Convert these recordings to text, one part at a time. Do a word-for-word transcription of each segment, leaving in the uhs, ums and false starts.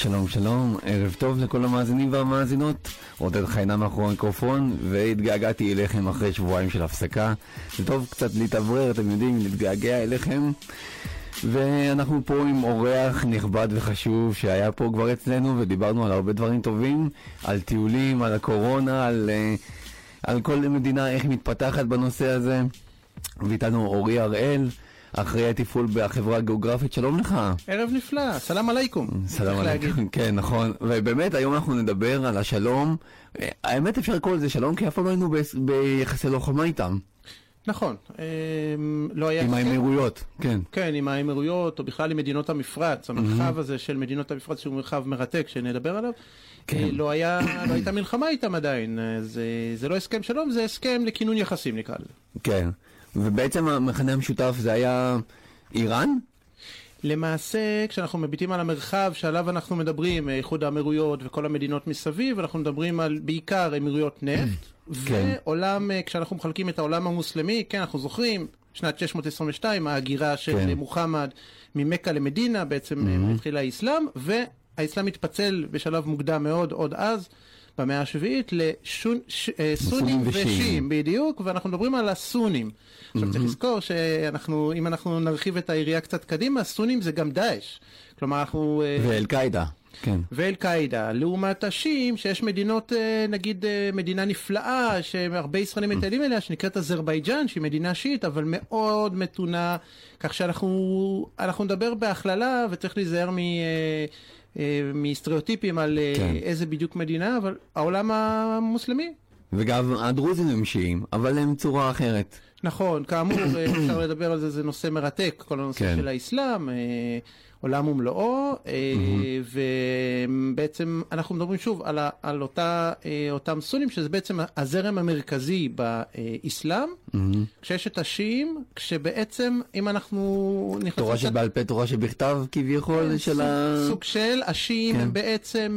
שלום שלום, ערב טוב לכל המאזינים והמאזינות. עודד חיינה מאחורי המיקרופון, והתגעגעתי אליכם אחרי שבועיים של הפסקה. זה טוב קצת להתעברר, אתם יודעים, להתגעגע אליכם. ואנחנו פה עם אורח נכבד וחשוב שהיה פה כבר אצלנו, ודיברנו על הרבה דברים טובים, על טיולים, על הקורונה, על, על כל מדינה, איך מתפתחת בנושא הזה. ואיתנו אורי הראל, אחרי התפעול בחברה הגיאוגרפית. שלום לך. ערב נפלא, סלام עליכום. סלام עליכום, כן, נכון. ובאמת היום אנחנו נדבר על השלום. האמת אפשר לקרוא לזה שלום, כי אף פעם לא היינו ביחסי לוחמה איתם. נכון. לא היה... עם האמירויות, כן. כן, עם האמירויות, או בכלל עם מדינות המפרץ. המרחב הזה של מדינות המפרץ, שהוא מרחב מרתק, שנדבר עליו. לא הייתה מלחמה איתם עדיין. זה לא הסכם שלום, זה הסכם לכינון יחסים, נקרא לזה. כן. ובעצם המכנה המשותף זה היה איראן? למעשה, כשאנחנו מביטים על המרחב שעליו אנחנו מדברים, איחוד האמירויות וכל המדינות מסביב, אנחנו מדברים על בעיקר אמירויות נפט, ועולם, כשאנחנו מחלקים את העולם המוסלמי, כן, אנחנו זוכרים, שנת שש מאות עשרים ושתיים, ההגירה של מוחמד ממכה למדינה, בעצם התחילה האסלאם, והאסלאם התפצל בשלב מוקדם מאוד, עוד אז, במאה השביעית, לסונים ושיעים, בדיוק, ואנחנו מדברים על הסונים. עכשיו צריך לזכור שאנחנו, אם אנחנו נרחיב את העירייה קצת קדימה, הסונים זה גם דאעש. כלומר, אנחנו... ואל-קאידה, כן. ואל-קאידה. לעומת השיעים, שיש מדינות, נגיד, מדינה נפלאה, שהרבה ישראלים מטיילים אליה, שנקראת אזרבייג'אן, שהיא מדינה שיעית, אבל מאוד מתונה, כך שאנחנו אנחנו נדבר בהכללה, וצריך להיזהר מ... מסטריאוטיפים על כן. איזה בדיוק מדינה, אבל העולם המוסלמי. וגם הדרוזים הם שיעים, אבל הם צורה אחרת. נכון, כאמור, אפשר לדבר על זה, זה נושא מרתק, כל הנושא כן. של האסלאם, עולם ומלואו, mm-hmm. ובעצם אנחנו מדברים שוב על, על אותה, אותם סונים, שזה בעצם הזרם המרכזי באסלאם, mm-hmm. כשיש את השיעים, כשבעצם אם אנחנו... תורה שבעל פה, תורה שבכתב כביכול כן, של סוג, ה... סוג של, השיעים כן. בעצם...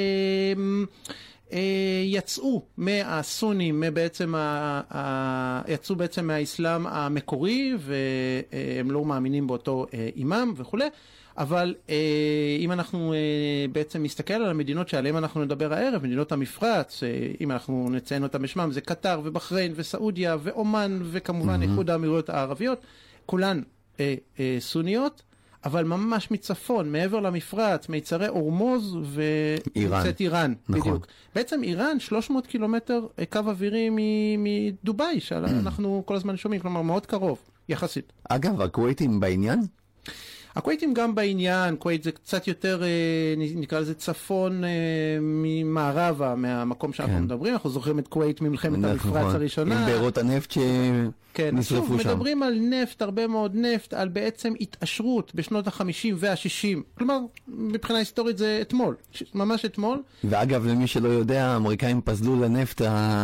יצאו מהסונים, בעצם יצאו בעצם מהאסלאם המקורי, והם לא מאמינים באותו אימאם וכו'. אבל אם אנחנו בעצם מסתכל על המדינות שעליהן אנחנו נדבר הערב, מדינות המפרץ, אם אנחנו נציין אותם בשמם, זה קטר ובחריין וסעודיה ואומן וכמובן איחוד האמירויות הערביות, כולן סוניות, אבל ממש מצפון, מעבר למפרץ, מיצרי אורמוז ונמצאת איראן. נכון. בדיוק. בעצם איראן שלוש מאות קילומטר קו אווירי מדובאי, שאנחנו כל הזמן שומעים, כלומר מאוד קרוב, יחסית. אגב, הכווייתים בעניין? הכווייתים גם בעניין, כווית זה קצת יותר, נקרא לזה צפון ממערבה, מהמקום שאנחנו כן. מדברים, אנחנו זוכרים את כווית ממלחמת המפרץ הראשונה. עם בארות הנפט שנשרפו כן, שם. שוב, מדברים על נפט, הרבה מאוד נפט, על בעצם התעשרות בשנות ה-חמישים וה-שישים, כלומר, מבחינה היסטורית זה אתמול, ממש אתמול. ואגב, למי שלא יודע, האמריקאים פסלו לנפט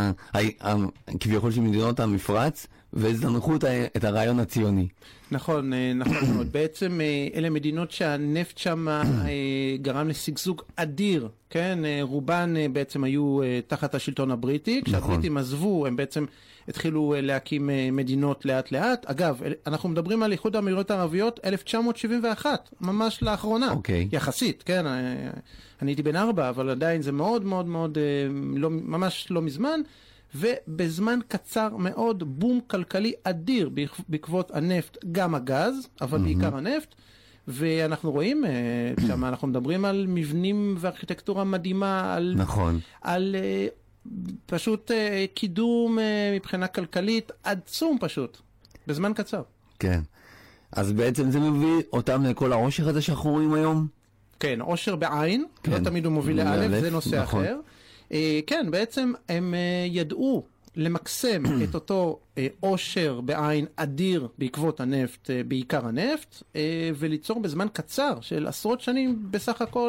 כביכול של מדינות המפרץ, והזנחו את הרעיון הציוני. נכון, נכון מאוד. בעצם אלה מדינות שהנפט שם גרם לסגסוג אדיר, כן? רובן בעצם היו תחת השלטון הבריטי, כשהבריטים עזבו, הם בעצם התחילו להקים מדינות לאט לאט. אגב, אנחנו מדברים על איחוד האמירויות הערביות אלף תשע מאות שבעים ואחת, ממש לאחרונה, okay. יחסית, כן? אני הייתי בן ארבע, אבל עדיין זה מאוד מאוד מאוד, לא, ממש לא מזמן, ובזמן קצר מאוד בום כלכלי אדיר בעקבות הנפט, גם הגז, אבל mm-hmm. בעיקר הנפט, ואנחנו רואים שם, אנחנו מדברים על מבנים וארכיטקטורה מדהימה, על, נכון. על פשוט קידום מבחינה כלכלית עצום פשוט, בזמן קצר. כן, אז בעצם זה מביא אותם לכל העושר הזה שאנחנו רואים היום? כן, עושר בעין, כן. לא תמיד הוא מוביל לאלף, זה נושא נכון. אחר. כן, בעצם הם ידעו למקסם את אותו עושר בעין אדיר בעקבות הנפט, בעיקר הנפט, וליצור בזמן קצר של עשרות שנים בסך הכל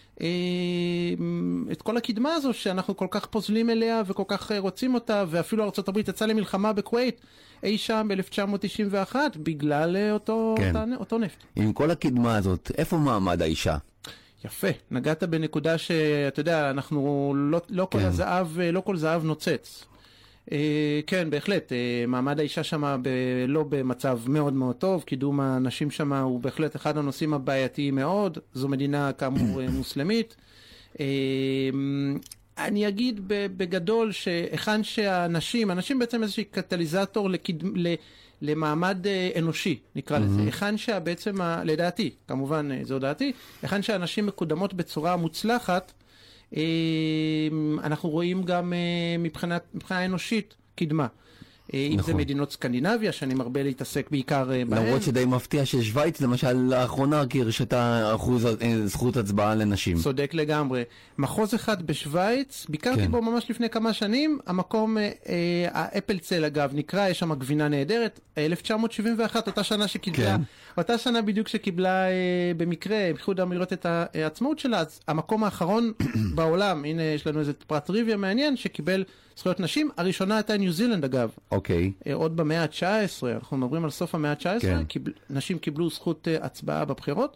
את כל הקדמה הזו שאנחנו כל כך פוזלים אליה וכל כך רוצים אותה, ואפילו ארצות הברית יצאה למלחמה בכווית אי שם ב-אלף תשע מאות תשעים ואחת בגלל אותו, כן. אותה, אותו נפט. עם כל הקדמה הזאת, איפה מעמד האישה? יפה, נגעת בנקודה שאתה יודע, אנחנו לא, לא כל הזהב, לא כל זהב נוצץ. כן, בהחלט. מעמד האישה שם לא במצב מאוד מאוד טוב, קידום הנשים שם הוא בהחלט אחד הנושאים הבעייתיים מאוד, זו מדינה כאמור מוסלמית. אני אגיד בגדול שהיכן שהנשים, הנשים בעצם איזושהי קטליזטור לקדמ... למעמד אנושי, נקרא לזה. היכן שבעצם, לדעתי, כמובן זו דעתי, היכן שהנשים מקודמות בצורה מוצלחת, אנחנו רואים גם מבחינה, מבחינה אנושית קדמה. אם זה מדינות סקנדינביה, שאני מרבה להתעסק בעיקר בהן. למרות שדי מפתיע ששוויץ, למשל, לאחרונה הרשתה אחוז זכות הצבעה לנשים. צודק לגמרי. מחוז אחד בשוויץ, ביקרתי בו ממש לפני כמה שנים, המקום, האפלצל אגב, נקרא, יש שם גבינה נהדרת, אלף תשע מאות שבעים ואחת, אותה שנה שקיבלה, אותה שנה בדיוק שקיבלה במקרה, איחוד האמירויות את העצמאות שלה, אז המקום האחרון בעולם, הנה יש לנו איזה פרט טריוויה מעניין, שקיבל זכויות נשים, הראשונה הייתה ניו זילנד אגב. אוקיי. עוד במאה ה-תשע עשרה, אנחנו מדברים על סוף המאה ה-תשע עשרה, קיבל, נשים קיבלו זכות הצבעה בבחירות.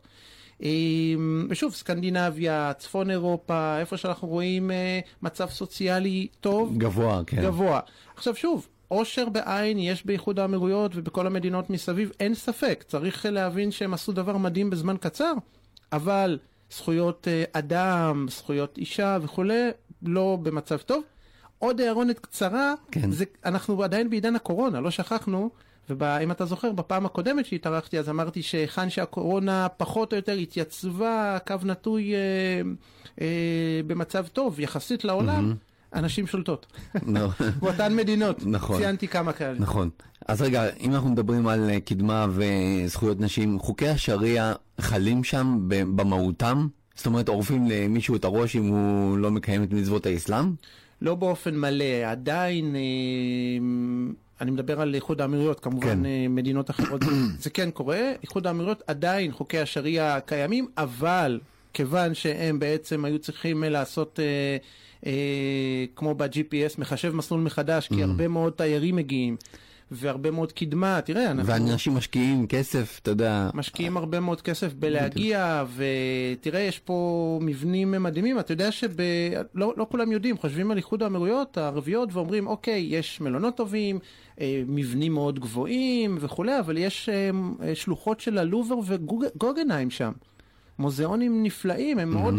ושוב, סקנדינביה, צפון אירופה, איפה שאנחנו רואים מצב סוציאלי טוב. גבוה, כן. גבוה. עכשיו שוב, עושר בעין יש באיחוד האמירויות ובכל המדינות מסביב, אין ספק. צריך להבין שהם עשו דבר מדהים בזמן קצר, אבל זכויות אדם, זכויות אישה וכו', לא במצב טוב. עוד הערונת קצרה, כן. זה, אנחנו עדיין בעידן הקורונה, לא שכחנו, ואם אתה זוכר, בפעם הקודמת שהתארחתי, אז אמרתי שהיכן שהקורונה פחות או יותר התייצבה, קו נטוי אה, אה, במצב טוב, יחסית לעולם, mm-hmm. אנשים שולטות. באותן מדינות. נכון. ציינתי כמה כאלה. נכון. אז רגע, אם אנחנו מדברים על קדמה וזכויות נשים, חוקי השריעה חלים שם במהותם? זאת אומרת, עורפים למישהו את הראש אם הוא לא מקיים את מצוות האסלאם? לא באופן מלא, עדיין, אני מדבר על איחוד האמירויות, כמובן כן. מדינות אחרות, זה כן קורה, איחוד האמירויות עדיין חוקי השריעה קיימים, אבל כיוון שהם בעצם היו צריכים לעשות, אה, אה, כמו ב-ג'י פי אס, מחשב מסלול מחדש, כי הרבה מאוד תיירים מגיעים, והרבה מאוד קדמה, תראה, אנחנו... ואנשים משקיעים כסף, אתה יודע... משקיעים הרבה מאוד כסף בלהגיע, ותראה, יש פה מבנים מדהימים, אתה יודע שלא לא, לא כולם יודעים, חושבים על איחוד האמירויות הערביות, ואומרים, אוקיי, יש מלונות טובים, מבנים מאוד גבוהים וכו', אבל יש שלוחות של הלובר וגוגנהיים שם. מוזיאונים נפלאים, הם מאוד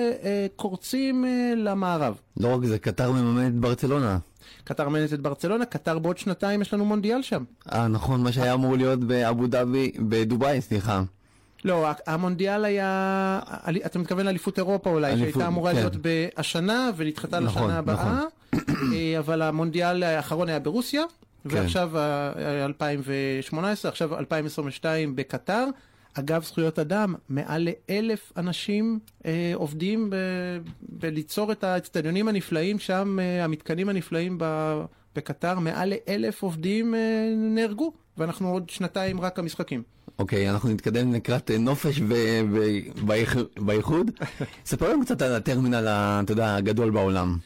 קורצים למערב. לא רק זה, קטר מממן את ברצלונה. קטר מממנת את ברצלונה, קטר בעוד שנתיים יש לנו מונדיאל שם. אה, נכון, מה שהיה אמור להיות באבו דאבי, בדובאי, סליחה. לא, המונדיאל היה, אתה מתכוון לאליפות אירופה אולי, שהייתה אמורה להיות השנה ונדחתה לשנה הבאה, אבל המונדיאל האחרון היה ברוסיה, ועכשיו אלפיים ושמונה עשרה, עכשיו אלפיים עשרים ושתיים בקטר. אגב, זכויות אדם, מעל לאלף אנשים אה, עובדים ב- בליצור את האצטדיונים הנפלאים שם, אה, המתקנים הנפלאים ב- בקטר, מעל לאלף עובדים אה, נהרגו, ואנחנו עוד שנתיים רק המשחקים. אוקיי, אנחנו נתקדם לקראת נופש ב- ב- באיח- באיחוד. ספר לנו קצת על הטרמינל, אתה יודע, הגדול בעולם.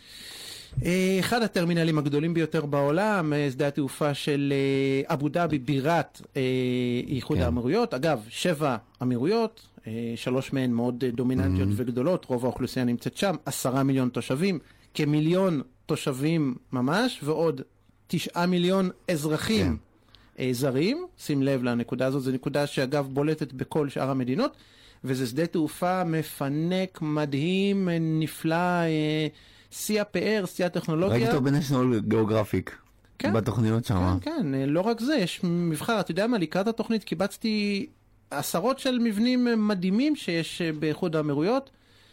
אחד הטרמינלים הגדולים ביותר בעולם, שדה התעופה של אבו דאבי, בירת איחוד כן. האמירויות. אגב, שבע אמירויות, שלוש מהן מאוד דומיננטיות mm-hmm. וגדולות, רוב האוכלוסייה נמצאת שם, עשרה מיליון תושבים, כמיליון תושבים ממש, ועוד תשעה מיליון אזרחים כן. זרים. שים לב לנקודה הזאת, זו נקודה שאגב בולטת בכל שאר המדינות, וזה שדה תעופה מפנק, מדהים, נפלא, שיא הפאר, שיא הטכנולוגיה. ראיתי אותו בנשיונל גיאוגרפיק, כן, בתוכניות שם. כן, כן, לא רק זה, יש מבחר, אתה יודע מה, לקראת התוכנית קיבצתי עשרות של מבנים מדהימים שיש באיחוד האמירויות,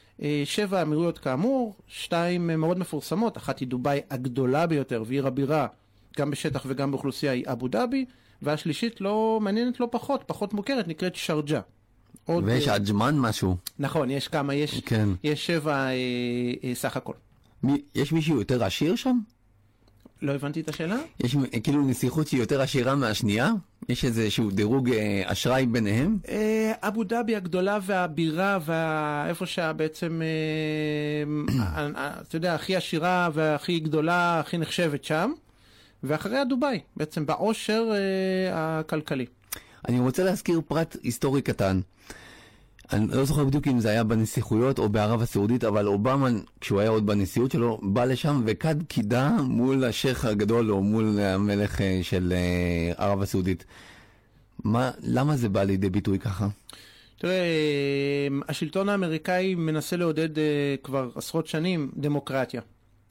שבע אמירויות כאמור, שתיים מאוד מפורסמות, אחת היא דובאי הגדולה ביותר, ועיר הבירה, גם בשטח וגם באוכלוסייה היא אבו דאבי, והשלישית לא מעניינת לא פחות, פחות מוכרת, נקראת שרג'ה. ויש עג'מן משהו. נכון, יש כמה, יש, כן. יש שבע אה, אה, סך הכל. מי, יש מישהו יותר עשיר שם? לא הבנתי את השאלה? יש כאילו נסיכות שהיא יותר עשירה מהשנייה? יש איזשהו דירוג אה, אשראי ביניהם? אה, אבו דאבי הגדולה והבירה והאיפה שבעצם, אה, אה, אתה יודע, הכי עשירה והכי גדולה, הכי נחשבת שם, ואחריה דובאי, בעצם בעושר אה, הכלכלי. אני רוצה להזכיר פרט היסטורי קטן. אני לא זוכר בדיוק אם זה היה בנסיכויות או בערב הסעודית, אבל אובמה, כשהוא היה עוד בנשיאות שלו, בא לשם וקד קידה מול השייך הגדול או מול המלך של ערב הסעודית. מה, למה זה בא לידי ביטוי ככה? תראה, השלטון האמריקאי מנסה לעודד כבר עשרות שנים דמוקרטיה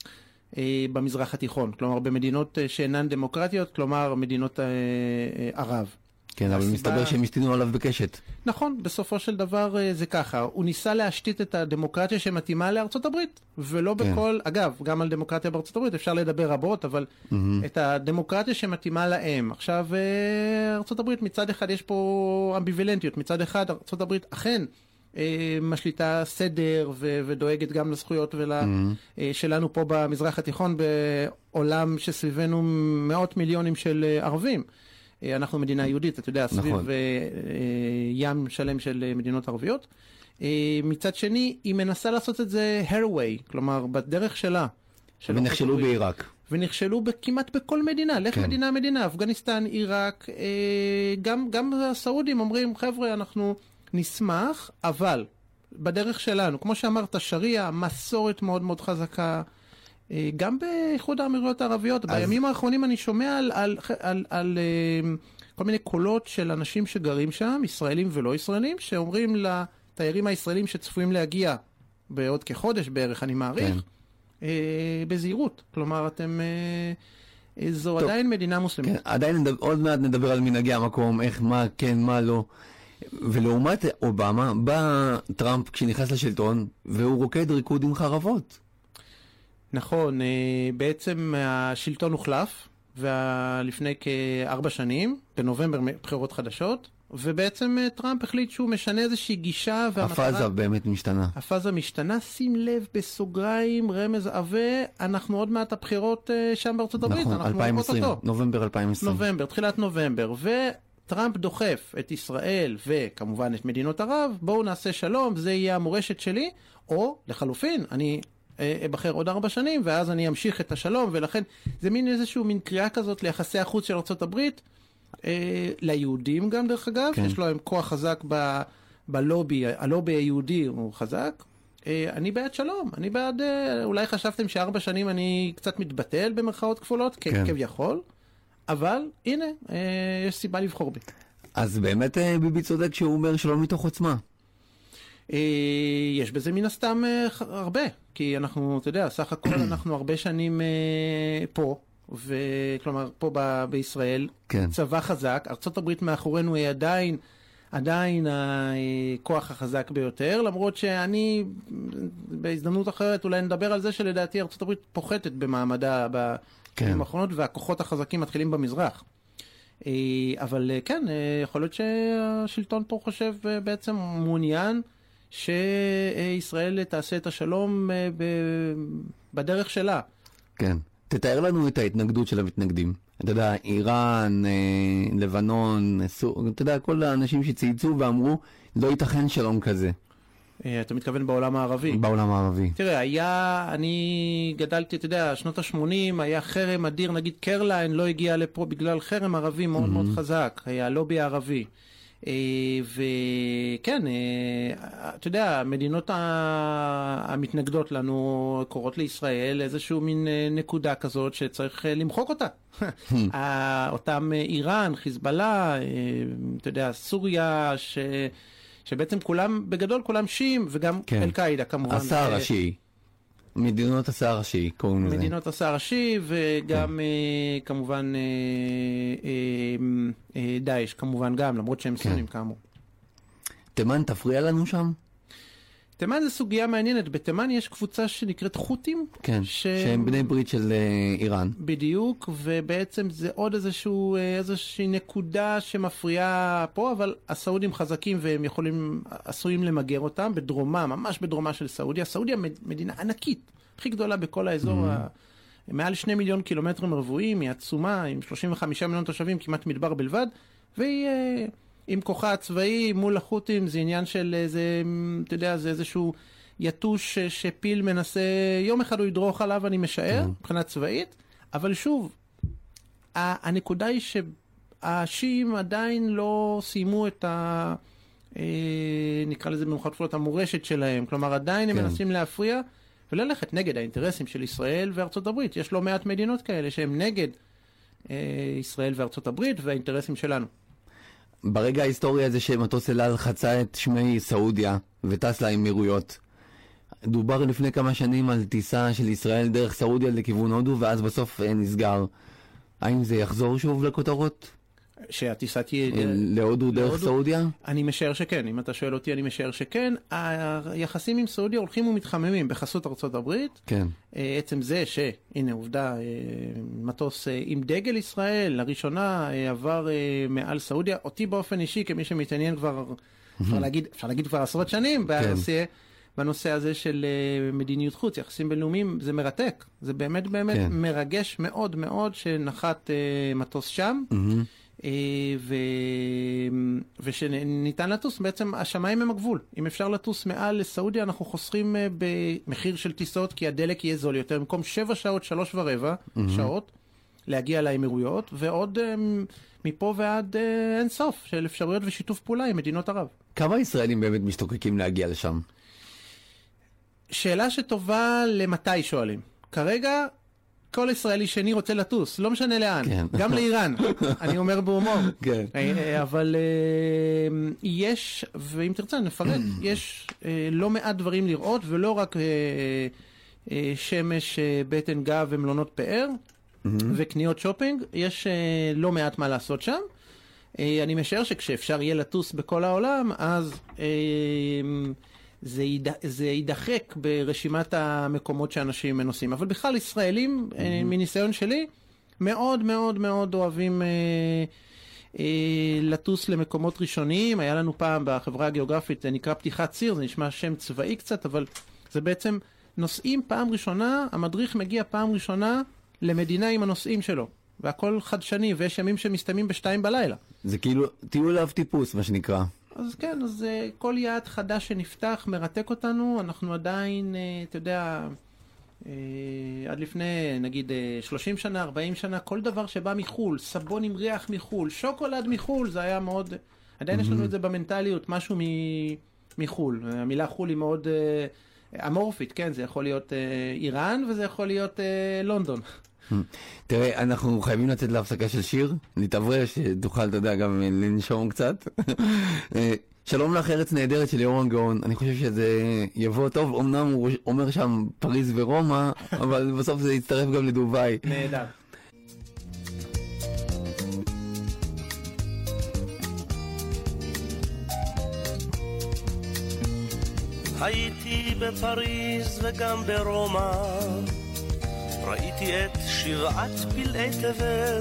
במזרח התיכון, כלומר במדינות שאינן דמוקרטיות, כלומר מדינות ערב. כן, אבל מסתבר שהם השתינו עליו בקשת. נכון, בסופו של דבר זה ככה. הוא ניסה להשתית את הדמוקרטיה שמתאימה לארצות הברית, ולא בכל, אגב, גם על דמוקרטיה בארצות הברית אפשר לדבר רבות, אבל את הדמוקרטיה שמתאימה להם. עכשיו, ארצות הברית מצד אחד יש פה אמביוולנטיות, מצד אחד ארצות הברית אכן משליטה סדר ודואגת גם לזכויות שלנו פה במזרח התיכון, בעולם שסביבנו מאות מיליונים של ערבים. אנחנו מדינה יהודית, אתה יודע, סביב נכון. ים שלם של מדינות ערביות. מצד שני, היא מנסה לעשות את זה her way, כלומר, בדרך שלה. ונכשלו בעיראק. ונכשלו כמעט בכל מדינה, לך כן. מדינה מדינה, אפגניסטן, עיראק, גם, גם הסעודים אומרים, חבר'ה, אנחנו נשמח, אבל בדרך שלנו, כמו שאמרת, שריעה, מסורת מאוד מאוד חזקה, גם באיחוד האמירויות הערביות, אז... בימים האחרונים אני שומע על, על, על, על, על כל מיני קולות של אנשים שגרים שם, ישראלים ולא ישראלים, שאומרים לתיירים הישראלים שצפויים להגיע בעוד כחודש בערך, אני מעריך, כן. אה, בזהירות. כלומר, אתם... אה, זו טוב. עדיין מדינה מוסלמית. כן, עדיין נדבר, עוד מעט נדבר על מנהגי המקום, איך, מה, כן, מה לא. ולעומת אובמה, בא טראמפ כשנכנס לשלטון, והוא רוקד ריקוד עם חרבות. נכון, בעצם השלטון הוחלף לפני כארבע שנים, בנובמבר בחירות חדשות, ובעצם טראמפ החליט שהוא משנה איזושהי גישה. הפאזה באמת משתנה. הפאזה משתנה, שים לב בסוגריים, רמז עווה, אנחנו עוד מעט הבחירות שם בארצות הברית. נכון, אלפיים ועשרים, נובמבר אלפיים ועשרים. נובמבר, תחילת נובמבר, וטראמפ דוחף את ישראל וכמובן את מדינות ערב, בואו נעשה שלום, זה יהיה המורשת שלי, או לחלופין, אני... אבחר עוד ארבע שנים, ואז אני אמשיך את השלום, ולכן זה מין איזשהו מין קריאה כזאת ליחסי החוץ של ארצות הברית, אה, ליהודים גם דרך אגב, כן. יש להם כוח חזק ב, בלובי, הלובי היהודי הוא חזק, אה, אני בעד שלום, אני בעד, אה, אולי חשבתם שארבע שנים אני קצת מתבטל במרכאות כפולות, כן. כביכול, אבל הנה, אה, יש סיבה לבחור בי. אז באמת אה, ביבי צודק שהוא אומר שלום מתוך עוצמה. יש בזה מן הסתם הרבה, כי אנחנו, אתה יודע, סך הכל אנחנו הרבה שנים פה, וכלומר, פה ב- בישראל, כן. צבא חזק, ארצות הברית מאחורינו היא עדיין, עדיין הכוח החזק ביותר, למרות שאני, בהזדמנות אחרת, אולי נדבר על זה שלדעתי ארצות הברית פוחתת במעמדה בשנים כן. האחרונות, והכוחות החזקים מתחילים במזרח. אבל כן, יכול להיות שהשלטון פה חושב בעצם מעוניין, שישראל תעשה את השלום בדרך שלה. כן. תתאר לנו את ההתנגדות של המתנגדים. אתה יודע, איראן, לבנון, אתה יודע, כל האנשים שצייצו ואמרו, לא ייתכן שלום כזה. אתה מתכוון בעולם הערבי? בעולם הערבי. תראה, היה, אני גדלתי, אתה יודע, שנות ה-שמונים, היה חרם אדיר, נגיד קרליין לא הגיע לפה בגלל חרם ערבי מאוד מאוד חזק, היה לובי הערבי. וכן, אתה יודע, המדינות המתנגדות לנו קוראות לישראל איזשהו מין נקודה כזאת שצריך למחוק אותה. אותם איראן, חיזבאללה, אתה יודע, סוריה, ש... שבעצם כולם, בגדול כולם שיעים, וגם כן. אל-קאידה כמובן. הסער השיעי. מדינות הסער השיעי, קוראים לזה. מדינות הסער השיעי, וגם כן. אה, כמובן אה, אה, אה, דאעש, כמובן גם, למרות שהם כן. סונים כאמור. תימן תפריע לנו שם? תימן זה סוגיה מעניינת. בתימן יש קבוצה שנקראת חות'ים. כן, ש... שהם בני ברית של uh, איראן. בדיוק, ובעצם זה עוד איזשהו, איזושהי נקודה שמפריעה פה, אבל הסעודים חזקים והם יכולים, עשויים למגר אותם בדרומה, ממש בדרומה של סעודיה. סעודיה מדינה ענקית, הכי גדולה בכל האזור, mm-hmm. ה... מעל שני מיליון קילומטרים רבועים, היא עצומה, עם שלושים וחמישה מיליון תושבים, כמעט מדבר בלבד, והיא... עם כוחה הצבאי מול החות'ים, זה עניין של איזה, אתה יודע, זה איזשהו יתוש שפיל מנסה, יום אחד הוא ידרוך עליו, אני משער, מבחינה צבאית, אבל שוב, הנקודה היא שהשיעים עדיין לא סיימו את, ה, נקרא לזה במחאות כפולות, המורשת שלהם. כלומר, עדיין הם כן. מנסים להפריע וללכת נגד האינטרסים של ישראל וארצות הברית. יש לא מעט מדינות כאלה שהם נגד ישראל וארצות הברית והאינטרסים שלנו. ברגע ההיסטורי הזה שמטוס אל על חצה את שמי סעודיה וטס לאמירויות, דובר לפני כמה שנים על טיסה של ישראל דרך סעודיה לכיוון הודו, ואז בסוף נסגר. האם זה יחזור שוב לכותרות? שהטיסה תהיה להודו דרך סעודיה? אני משער שכן. אם אתה שואל אותי, אני משער שכן. היחסים עם סעודיה הולכים ומתחממים בחסות ארצות הברית. כן. עצם זה שהנה עובדה, מטוס עם דגל ישראל לראשונה עבר מעל סעודיה. אותי באופן אישי, כמי שמתעניין כבר, אפשר להגיד, אפשר להגיד כבר עשרות שנים, בנושא, בנושא הזה של מדיניות חוץ, יחסים בינלאומיים, זה מרתק. זה באמת באמת כן. מרגש מאוד מאוד שנחת מטוס שם. ו... ושניתן לטוס, בעצם השמיים הם הגבול. אם אפשר לטוס מעל לסעודיה, אנחנו חוסכים במחיר של טיסות, כי הדלק יהיה זול יותר, במקום שבע שעות, שלוש ורבע mm-hmm. שעות, להגיע לאמירויות, ועוד מפה ועד אין סוף של אפשרויות ושיתוף פעולה עם מדינות ערב. כמה ישראלים באמת משתוקקים להגיע לשם? שאלה שטובה למתי שואלים. כרגע כל ישראלי שני רוצה לטוס, לא משנה לאן, כן. גם לאיראן, אני אומר בהומור. כן. אבל יש, ואם תרצה נפרט, יש לא מעט דברים לראות, ולא רק שמש, בטן גב ומלונות פאר, וקניות שופינג, יש לא מעט מה לעשות שם. אני משער שכשאפשר יהיה לטוס בכל העולם, אז זה, יד... זה יידחק ברשימת המקומות שאנשים נוסעים. אבל בכלל ישראלים, mm-hmm. מניסיון שלי, מאוד מאוד מאוד אוהבים אה, אה, לטוס למקומות ראשוניים. היה לנו פעם בחברה הגיאוגרפית, זה נקרא פתיחת ציר, זה נשמע שם צבאי קצת, אבל זה בעצם נוסעים פעם ראשונה, המדריך מגיע פעם ראשונה למדינה עם הנוסעים שלו. והכל חדשני, ויש ימים שמסתיימים בשתיים בלילה. זה כאילו טיול אב טיפוס, מה שנקרא. אז כן, אז uh, כל יעד חדש שנפתח מרתק אותנו, אנחנו עדיין, uh, אתה יודע, uh, עד לפני, נגיד, uh, שלושים שנה, ארבעים שנה, כל דבר שבא מחול, סבון עם ריח מחול, שוקולד מחול, זה היה מאוד, עדיין mm-hmm. יש לנו את זה במנטליות, משהו מ... מחול. המילה חול היא מאוד uh, אמורפית, כן, זה יכול להיות uh, איראן, וזה יכול להיות uh, לונדון. תראה, אנחנו חייבים לצאת להפסקה של שיר, נתעברר שתוכל, אתה יודע, גם לנשום קצת. שלום לך, ארץ נהדרת של יורם גאון, אני חושב שזה יבוא טוב, אמנם הוא אומר שם פריז ורומא, אבל בסוף זה יצטרף גם לדובאי. נהדר. הייתי בפריז וגם ברומא, ראיתי את שבעת פלאי תבל,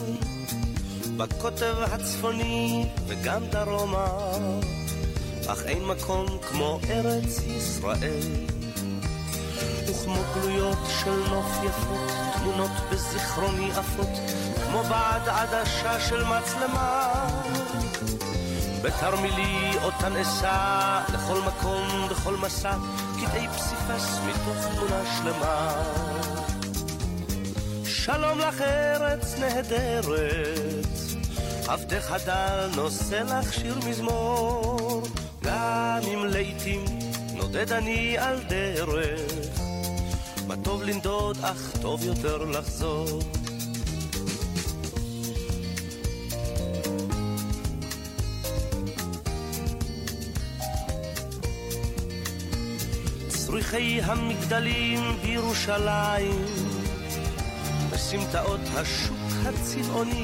בקוטב הצפוני וגם דרומה, אך אין מקום כמו ארץ ישראל, וכמו גלויות של נוף יפות, תמונות בזיכרוני עפות, כמו בעד עדשה של מצלמה, בתרמילי אותן אסע, לכל מקום בכל מסע, קטעי פסיפס מתוך תמונה שלמה. שלום לך ארץ נהדרת, עבדך הדל נושא לך שיר מזמור, גם אם לעתים נודד אני על דרך, מה טוב לנדוד אך טוב יותר לחזור. צריכי המגדלים בירושלים, בסמטאות השוק הצבעוני,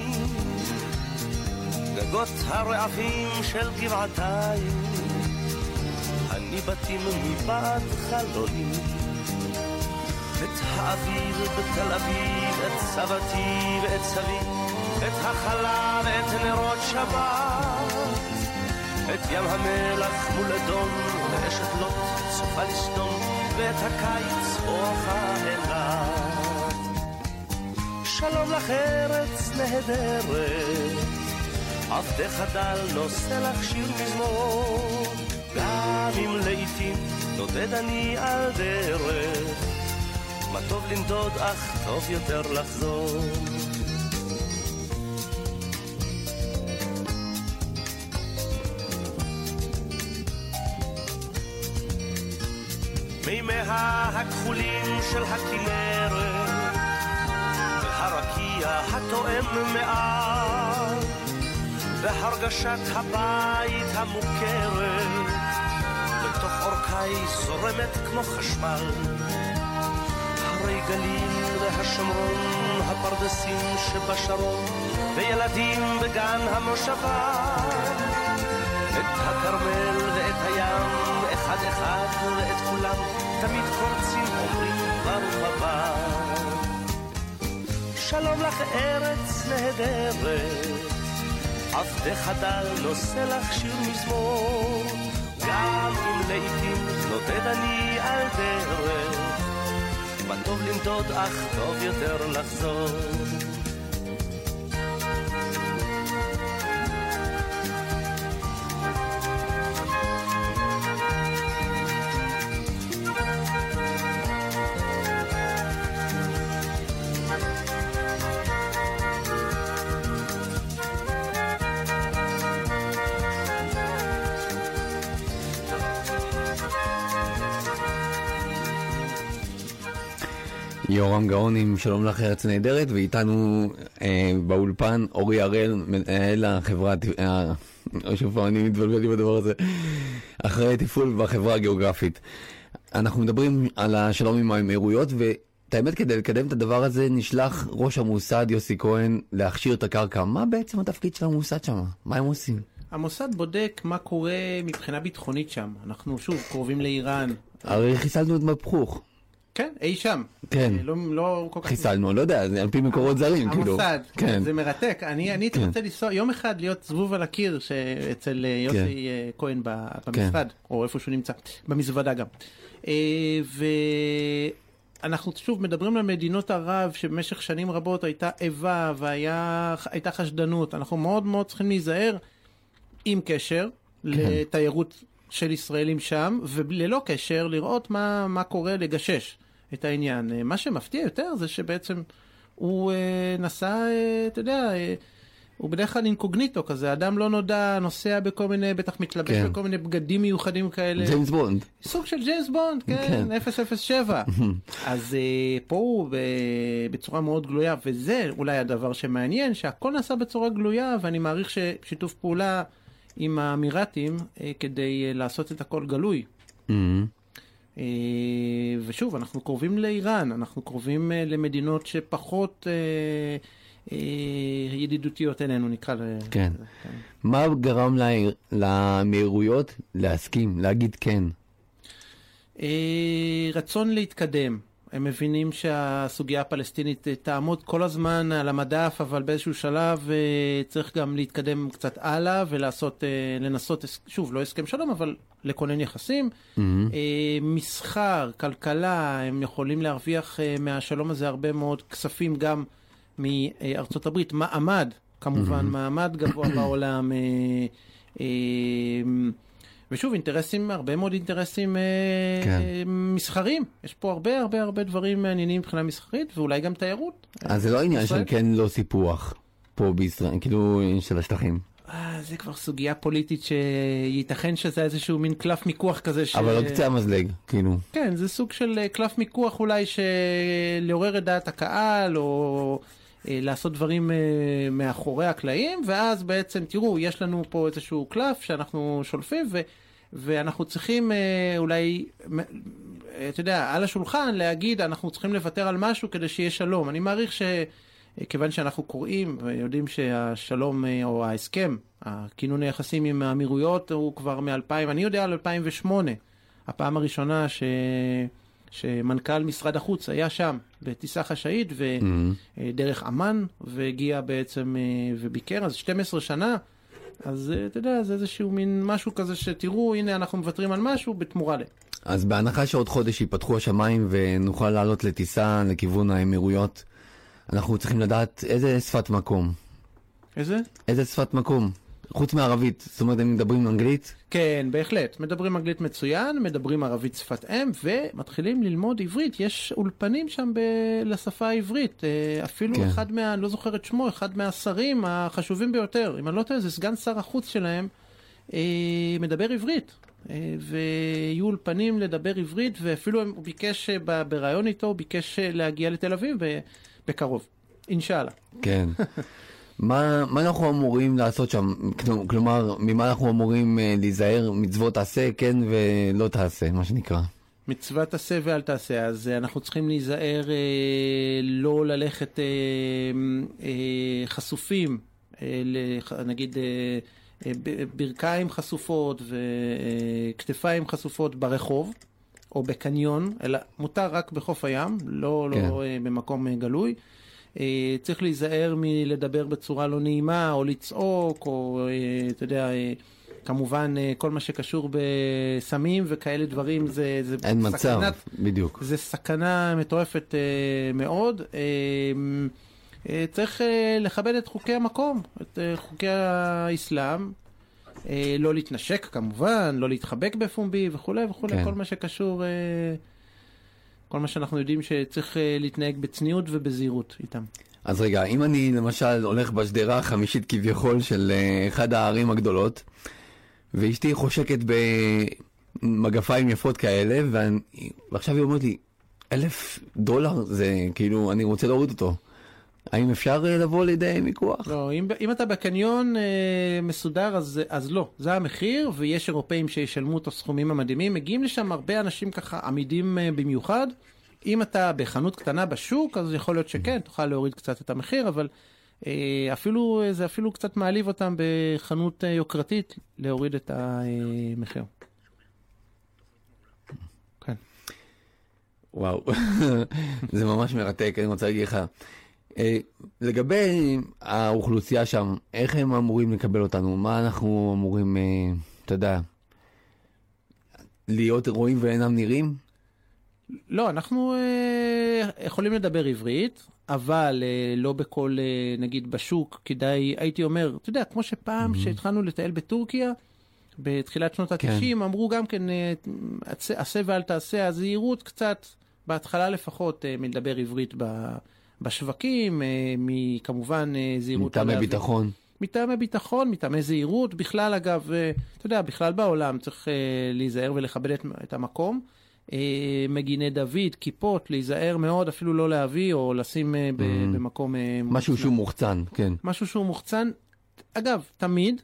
גגות הרעבים של גבעתיים, הניבטים מבעד חלוני, את האביב בתל אביב, את סבתי ואת סבי, את החלה ואת נרות שבת, את ים המלח מול אדום ואשת לוט צופה לסדום, ואת הקיץ אורחה אילת. שלום לך ארץ נהדרת, עבדך דל נושא לך שיר מזמור, גם אם לעתים נודד אני על דרך, מה טוב לנדוד אך טוב יותר לחזור. מימיה הכחולים של הכנרת והרקיע התואם מעל והרגשת הבית המוכרת לתוך אורכי זורמת כמו חשמל הרי גליל והשומרון הפרדסים שבשרון וילדים בגן המושבה את הכרמל ואת הים אחד אחד ואת כולם תמיד קורצים אומרים ברוך הבא שלום לך ארץ נהדרת עבדך דל נושא לך שיר מזמור גם אם לעתים נודד אני על דרך מה טוב למדוד אך טוב יותר לחזור יורם גאון עם שלום לך ארץ נהדרת, ואיתנו אה, באולפן אורי הראל, מנהל החברה, אה, שוב אני מתבלבל לי בדבר הזה, אחראי תפעול בחברה הגיאוגרפית. אנחנו מדברים על השלום עם האמירויות, ואת האמת כדי לקדם את הדבר הזה נשלח ראש המוסד יוסי כהן להכשיר את הקרקע. מה בעצם התפקיד של המוסד שם? מה הם עושים? המוסד בודק מה קורה מבחינה ביטחונית שם. אנחנו שוב קרובים לאיראן. הרי חיסלנו את מפחוך. כן, אי שם. כן. לא, לא כל כך... חיסלנו, לא יודע, זה על פי מקורות זרים, כאילו. המוסד, כן. זה מרתק. אני, אני כן. רוצה לנסוע יום אחד להיות זבוב על הקיר שאצל יוסי כן. כהן במשרד, כן. או איפה שהוא נמצא, במזוודה גם. ואנחנו שוב מדברים על מדינות ערב שבמשך שנים רבות הייתה איבה והייתה חשדנות. אנחנו מאוד מאוד צריכים להיזהר עם קשר כן. לתיירות של ישראלים שם, וללא קשר לראות מה, מה קורה לגשש את העניין. מה שמפתיע יותר זה שבעצם הוא אה, נסע, אה, אתה יודע, אה, הוא בדרך כלל אינקוגניטו כזה, אדם לא נודע, נוסע בכל מיני, בטח מתלבש כן. בכל מיני בגדים מיוחדים כאלה. ג'יימס בונד. סוג של ג'יימס בונד, כן, כן. אפס אפס שבע. אז אה, פה הוא ב, בצורה מאוד גלויה, וזה אולי הדבר שמעניין, שהכל נעשה בצורה גלויה, ואני מעריך ששיתוף פעולה עם האמירתים אה, כדי אה, לעשות את הכל גלוי. Mm-hmm. אה, ושוב, אנחנו קרובים לאיראן, אנחנו קרובים אה, למדינות שפחות אה, אה, ידידותיות אלינו, נקרא ל... כן. כן. מה גרם לה... לאמירויות להסכים, להגיד כן? אה, רצון להתקדם. הם מבינים שהסוגיה הפלסטינית תעמוד כל הזמן על המדף, אבל באיזשהו שלב צריך גם להתקדם קצת הלאה ולעשות, לנסות, שוב, לא הסכם שלום, אבל לכונן יחסים. Mm-hmm. מסחר, כלכלה, הם יכולים להרוויח מהשלום הזה הרבה מאוד כספים גם מארצות הברית. מעמד, כמובן, mm-hmm. מעמד גבוה בעולם. ושוב, אינטרסים, הרבה מאוד אינטרסים כן. מסחרים. יש פה הרבה הרבה הרבה דברים מעניינים מבחינה מסחרית, ואולי גם תיירות. אז זה לא עניין של כן לא סיפוח פה בישראל, כאילו של השטחים. אה, זה כבר סוגיה פוליטית שייתכן שזה איזשהו מין קלף מיקוח כזה. ש... אבל לא קצה המזלג, כאילו. כן, זה סוג של קלף מיקוח אולי שלעורר את דעת הקהל, או... לעשות דברים מאחורי הקלעים, ואז בעצם, תראו, יש לנו פה איזשהו קלף שאנחנו שולפים, ו- ואנחנו צריכים אולי, אתה יודע, על השולחן להגיד, אנחנו צריכים לוותר על משהו כדי שיהיה שלום. אני מעריך שכיוון שאנחנו קוראים ויודעים שהשלום או ההסכם, הכינון היחסים עם האמירויות הוא כבר מ-אלפיים, אני יודע על אלפיים ושמונה, הפעם הראשונה ש... שמנכ"ל משרד החוץ היה שם בטיסה חשאית ודרך אמן, והגיע בעצם וביקר, אז שתים עשרה שנה, אז אתה יודע, זה איזשהו מין משהו כזה שתראו, הנה אנחנו מוותרים על משהו בתמורה ל... אז בהנחה שעוד חודש ייפתחו השמיים ונוכל לעלות לטיסה לכיוון האמירויות, אנחנו צריכים לדעת איזה שפת מקום. איזה? איזה שפת מקום. חוץ מערבית, זאת אומרת, הם מדברים אנגלית? כן, בהחלט. מדברים אנגלית מצוין, מדברים ערבית שפת אם, ומתחילים ללמוד עברית. יש אולפנים שם ב- לשפה העברית. אפילו כן. אחד מה, אני לא זוכר את שמו, אחד מהשרים החשובים ביותר. אם אני לא טועה, זה סגן שר החוץ שלהם, מדבר עברית. ויהיו אולפנים לדבר עברית, ואפילו הוא ביקש, ברעיון איתו, הוא ביקש להגיע לתל אביב בקרוב, אינשאללה. כן. מה, מה אנחנו אמורים לעשות שם? כלומר, ממה אנחנו אמורים להיזהר? מצוות תעשה, כן ולא תעשה, מה שנקרא. מצוות תעשה ואל תעשה, אז אנחנו צריכים להיזהר לא ללכת חשופים, נגיד ברכיים חשופות וכתפיים חשופות ברחוב או בקניון, אלא מותר רק בחוף הים, לא, כן. לא במקום גלוי. צריך להיזהר מלדבר בצורה לא נעימה או לצעוק או אתה יודע, כמובן כל מה שקשור בסמים וכאלה דברים זה, זה אין מצב, סכנת, בדיוק. זה סכנה מטורפת מאוד. צריך לכבד את חוקי המקום, את חוקי האסלאם, לא להתנשק כמובן, לא להתחבק בפומבי וכו' וכו', כן. כל מה שקשור, כל מה שאנחנו יודעים שצריך להתנהג בצניעות ובזהירות איתם. אז רגע, אם אני למשל הולך בשדרה החמישית כביכול של אחד הערים הגדולות, ואשתי חושקת במגפיים יפות כאלה, ואני, ועכשיו היא אומרת לי, אלף דולר זה כאילו, אני רוצה להוריד אותו. האם אפשר לבוא לידי מיקוח? לא, אם, אם אתה בקניון אה, מסודר, אז, אז לא. זה המחיר, ויש אירופאים שישלמו את הסכומים המדהימים. מגיעים לשם הרבה אנשים ככה עמידים אה, במיוחד. אם אתה בחנות קטנה בשוק, אז יכול להיות שכן, תוכל להוריד קצת את המחיר, אבל אה, אפילו, זה אפילו קצת מעליב אותם בחנות אה, יוקרתית, להוריד את המחיר. כן. וואו, זה ממש מרתק, אני רוצה להגיד לך. לגבי האוכלוסייה שם, איך הם אמורים לקבל אותנו? מה אנחנו אמורים, אתה יודע, להיות רואים ואינם נראים? לא, אנחנו יכולים לדבר עברית, אבל לא בכל, נגיד בשוק, כדאי, הייתי אומר, אתה יודע, כמו שפעם שהתחלנו לטייל בטורקיה, בתחילת שנות ה-תשעים, אמרו גם כן, עשה ואל תעשה, הזהירות קצת, בהתחלה לפחות, מלדבר עברית ב... בשווקים, כמובן זהירות... מטעמי ביטחון. מטעמי ביטחון, מטעמי זהירות, בכלל אגב, אתה יודע, בכלל בעולם צריך להיזהר ולכבד את המקום. מגיני דוד, כיפות, להיזהר מאוד, אפילו לא להביא או לשים במקום... משהו שהוא מוחצן, כן. משהו שהוא מוחצן, אגב, תמיד,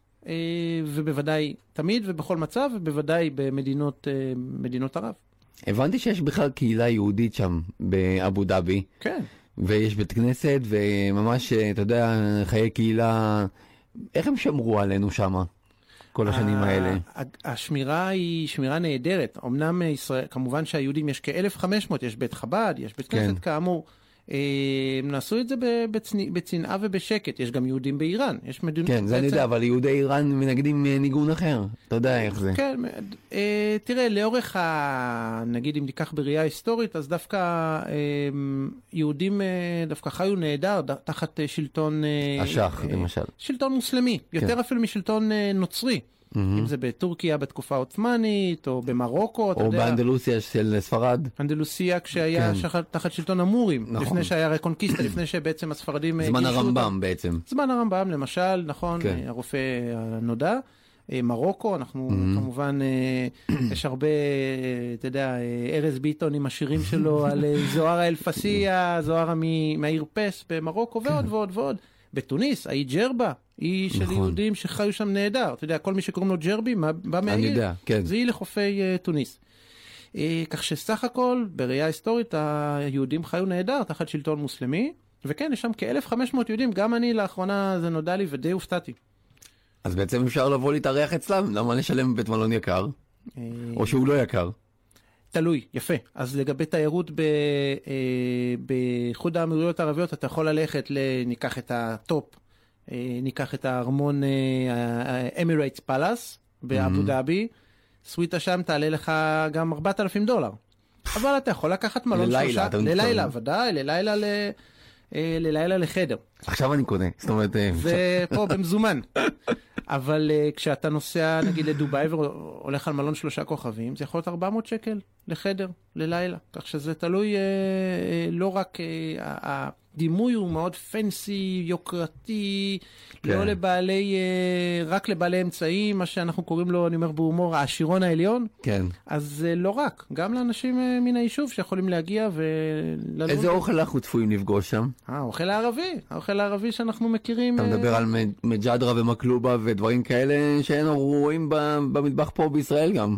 ובוודאי תמיד ובכל מצב, ובוודאי במדינות מדינות ערב. הבנתי שיש בכלל קהילה יהודית שם באבו דאבי. כן. ויש בית כנסת, וממש, אתה יודע, חיי קהילה, איך הם שמרו עלינו שם, כל השנים האלה? השמירה היא שמירה נהדרת. אמנם ישראל, כמובן שהיהודים יש כ-אלף וחמש מאות, יש בית חב"ד, יש בית כנסת כאמור. הם נעשו את זה בצנעה ובשקט. יש גם יהודים באיראן. כן, זה אני יודע, אבל יהודי איראן מנגדים ניגון אחר. אתה יודע איך זה. כן, תראה, לאורך ה... נגיד אם ניקח בראייה היסטורית, אז דווקא יהודים דווקא חיו נהדר תחת שלטון... השח, למשל. שלטון מוסלמי, יותר אפילו משלטון נוצרי. אם זה בטורקיה בתקופה העות'מאנית, או במרוקו, או באנדלוסיה של ספרד. אנדלוסיה כשהיה תחת שלטון המורים, לפני שהיה רקונקיסטה, לפני שבעצם הספרדים... זמן הרמב"ם בעצם. זמן הרמב"ם, למשל, נכון, הרופא הנודע. מרוקו, אנחנו כמובן, יש הרבה, אתה יודע, ארז ביטון עם השירים שלו על זוהר האלפסיה, זוהר מהעיר פס במרוקו, ועוד ועוד ועוד. בתוניס, האי ג'רבה, אי של יהודים שחיו שם נהדר. אתה יודע, כל מי שקוראים לו ג'רבי, בא מהעיר, זה אי לחופי תוניס. כך שסך הכל, בראייה היסטורית, היהודים חיו נהדר תחת שלטון מוסלמי, וכן, יש שם כ-אלף וחמש מאות יהודים, גם אני לאחרונה זה נודע לי ודי הופתעתי. אז בעצם אפשר לבוא להתארח אצלם, למה לשלם בבית מלון יקר? או שהוא לא יקר? תלוי, יפה. אז לגבי תיירות באיחוד האמירויות הערביות, אתה יכול ללכת, ניקח את הטופ, ניקח את הארמון אמירייטס פלאס באבו דאבי, סוויטה שם תעלה לך גם ארבעת אלפים דולר. אבל אתה יכול לקחת מלון שלושה, ללילה, ודאי, ללילה ל... ללילה לחדר. עכשיו אני קונה, זאת אומרת... ופה במזומן. אבל כשאתה נוסע נגיד לדובאי והולך על מלון שלושה כוכבים, זה יכול להיות ארבע מאות שקל לחדר, ללילה. כך שזה תלוי לא רק הדימוי הוא מאוד פנסי, יוקרתי, כן. לא לבעלי, רק לבעלי אמצעים, מה שאנחנו קוראים לו, אני אומר בהומור, העשירון העליון. כן. אז לא רק, גם לאנשים מן היישוב שיכולים להגיע ו... איזה אוכל אנחנו צפויים לפגוש שם? האוכל הערבי, האוכל הערבי שאנחנו מכירים. אתה מדבר על מג'דרה ומקלובה ודברים כאלה שאנחנו רואים במטבח פה בישראל גם.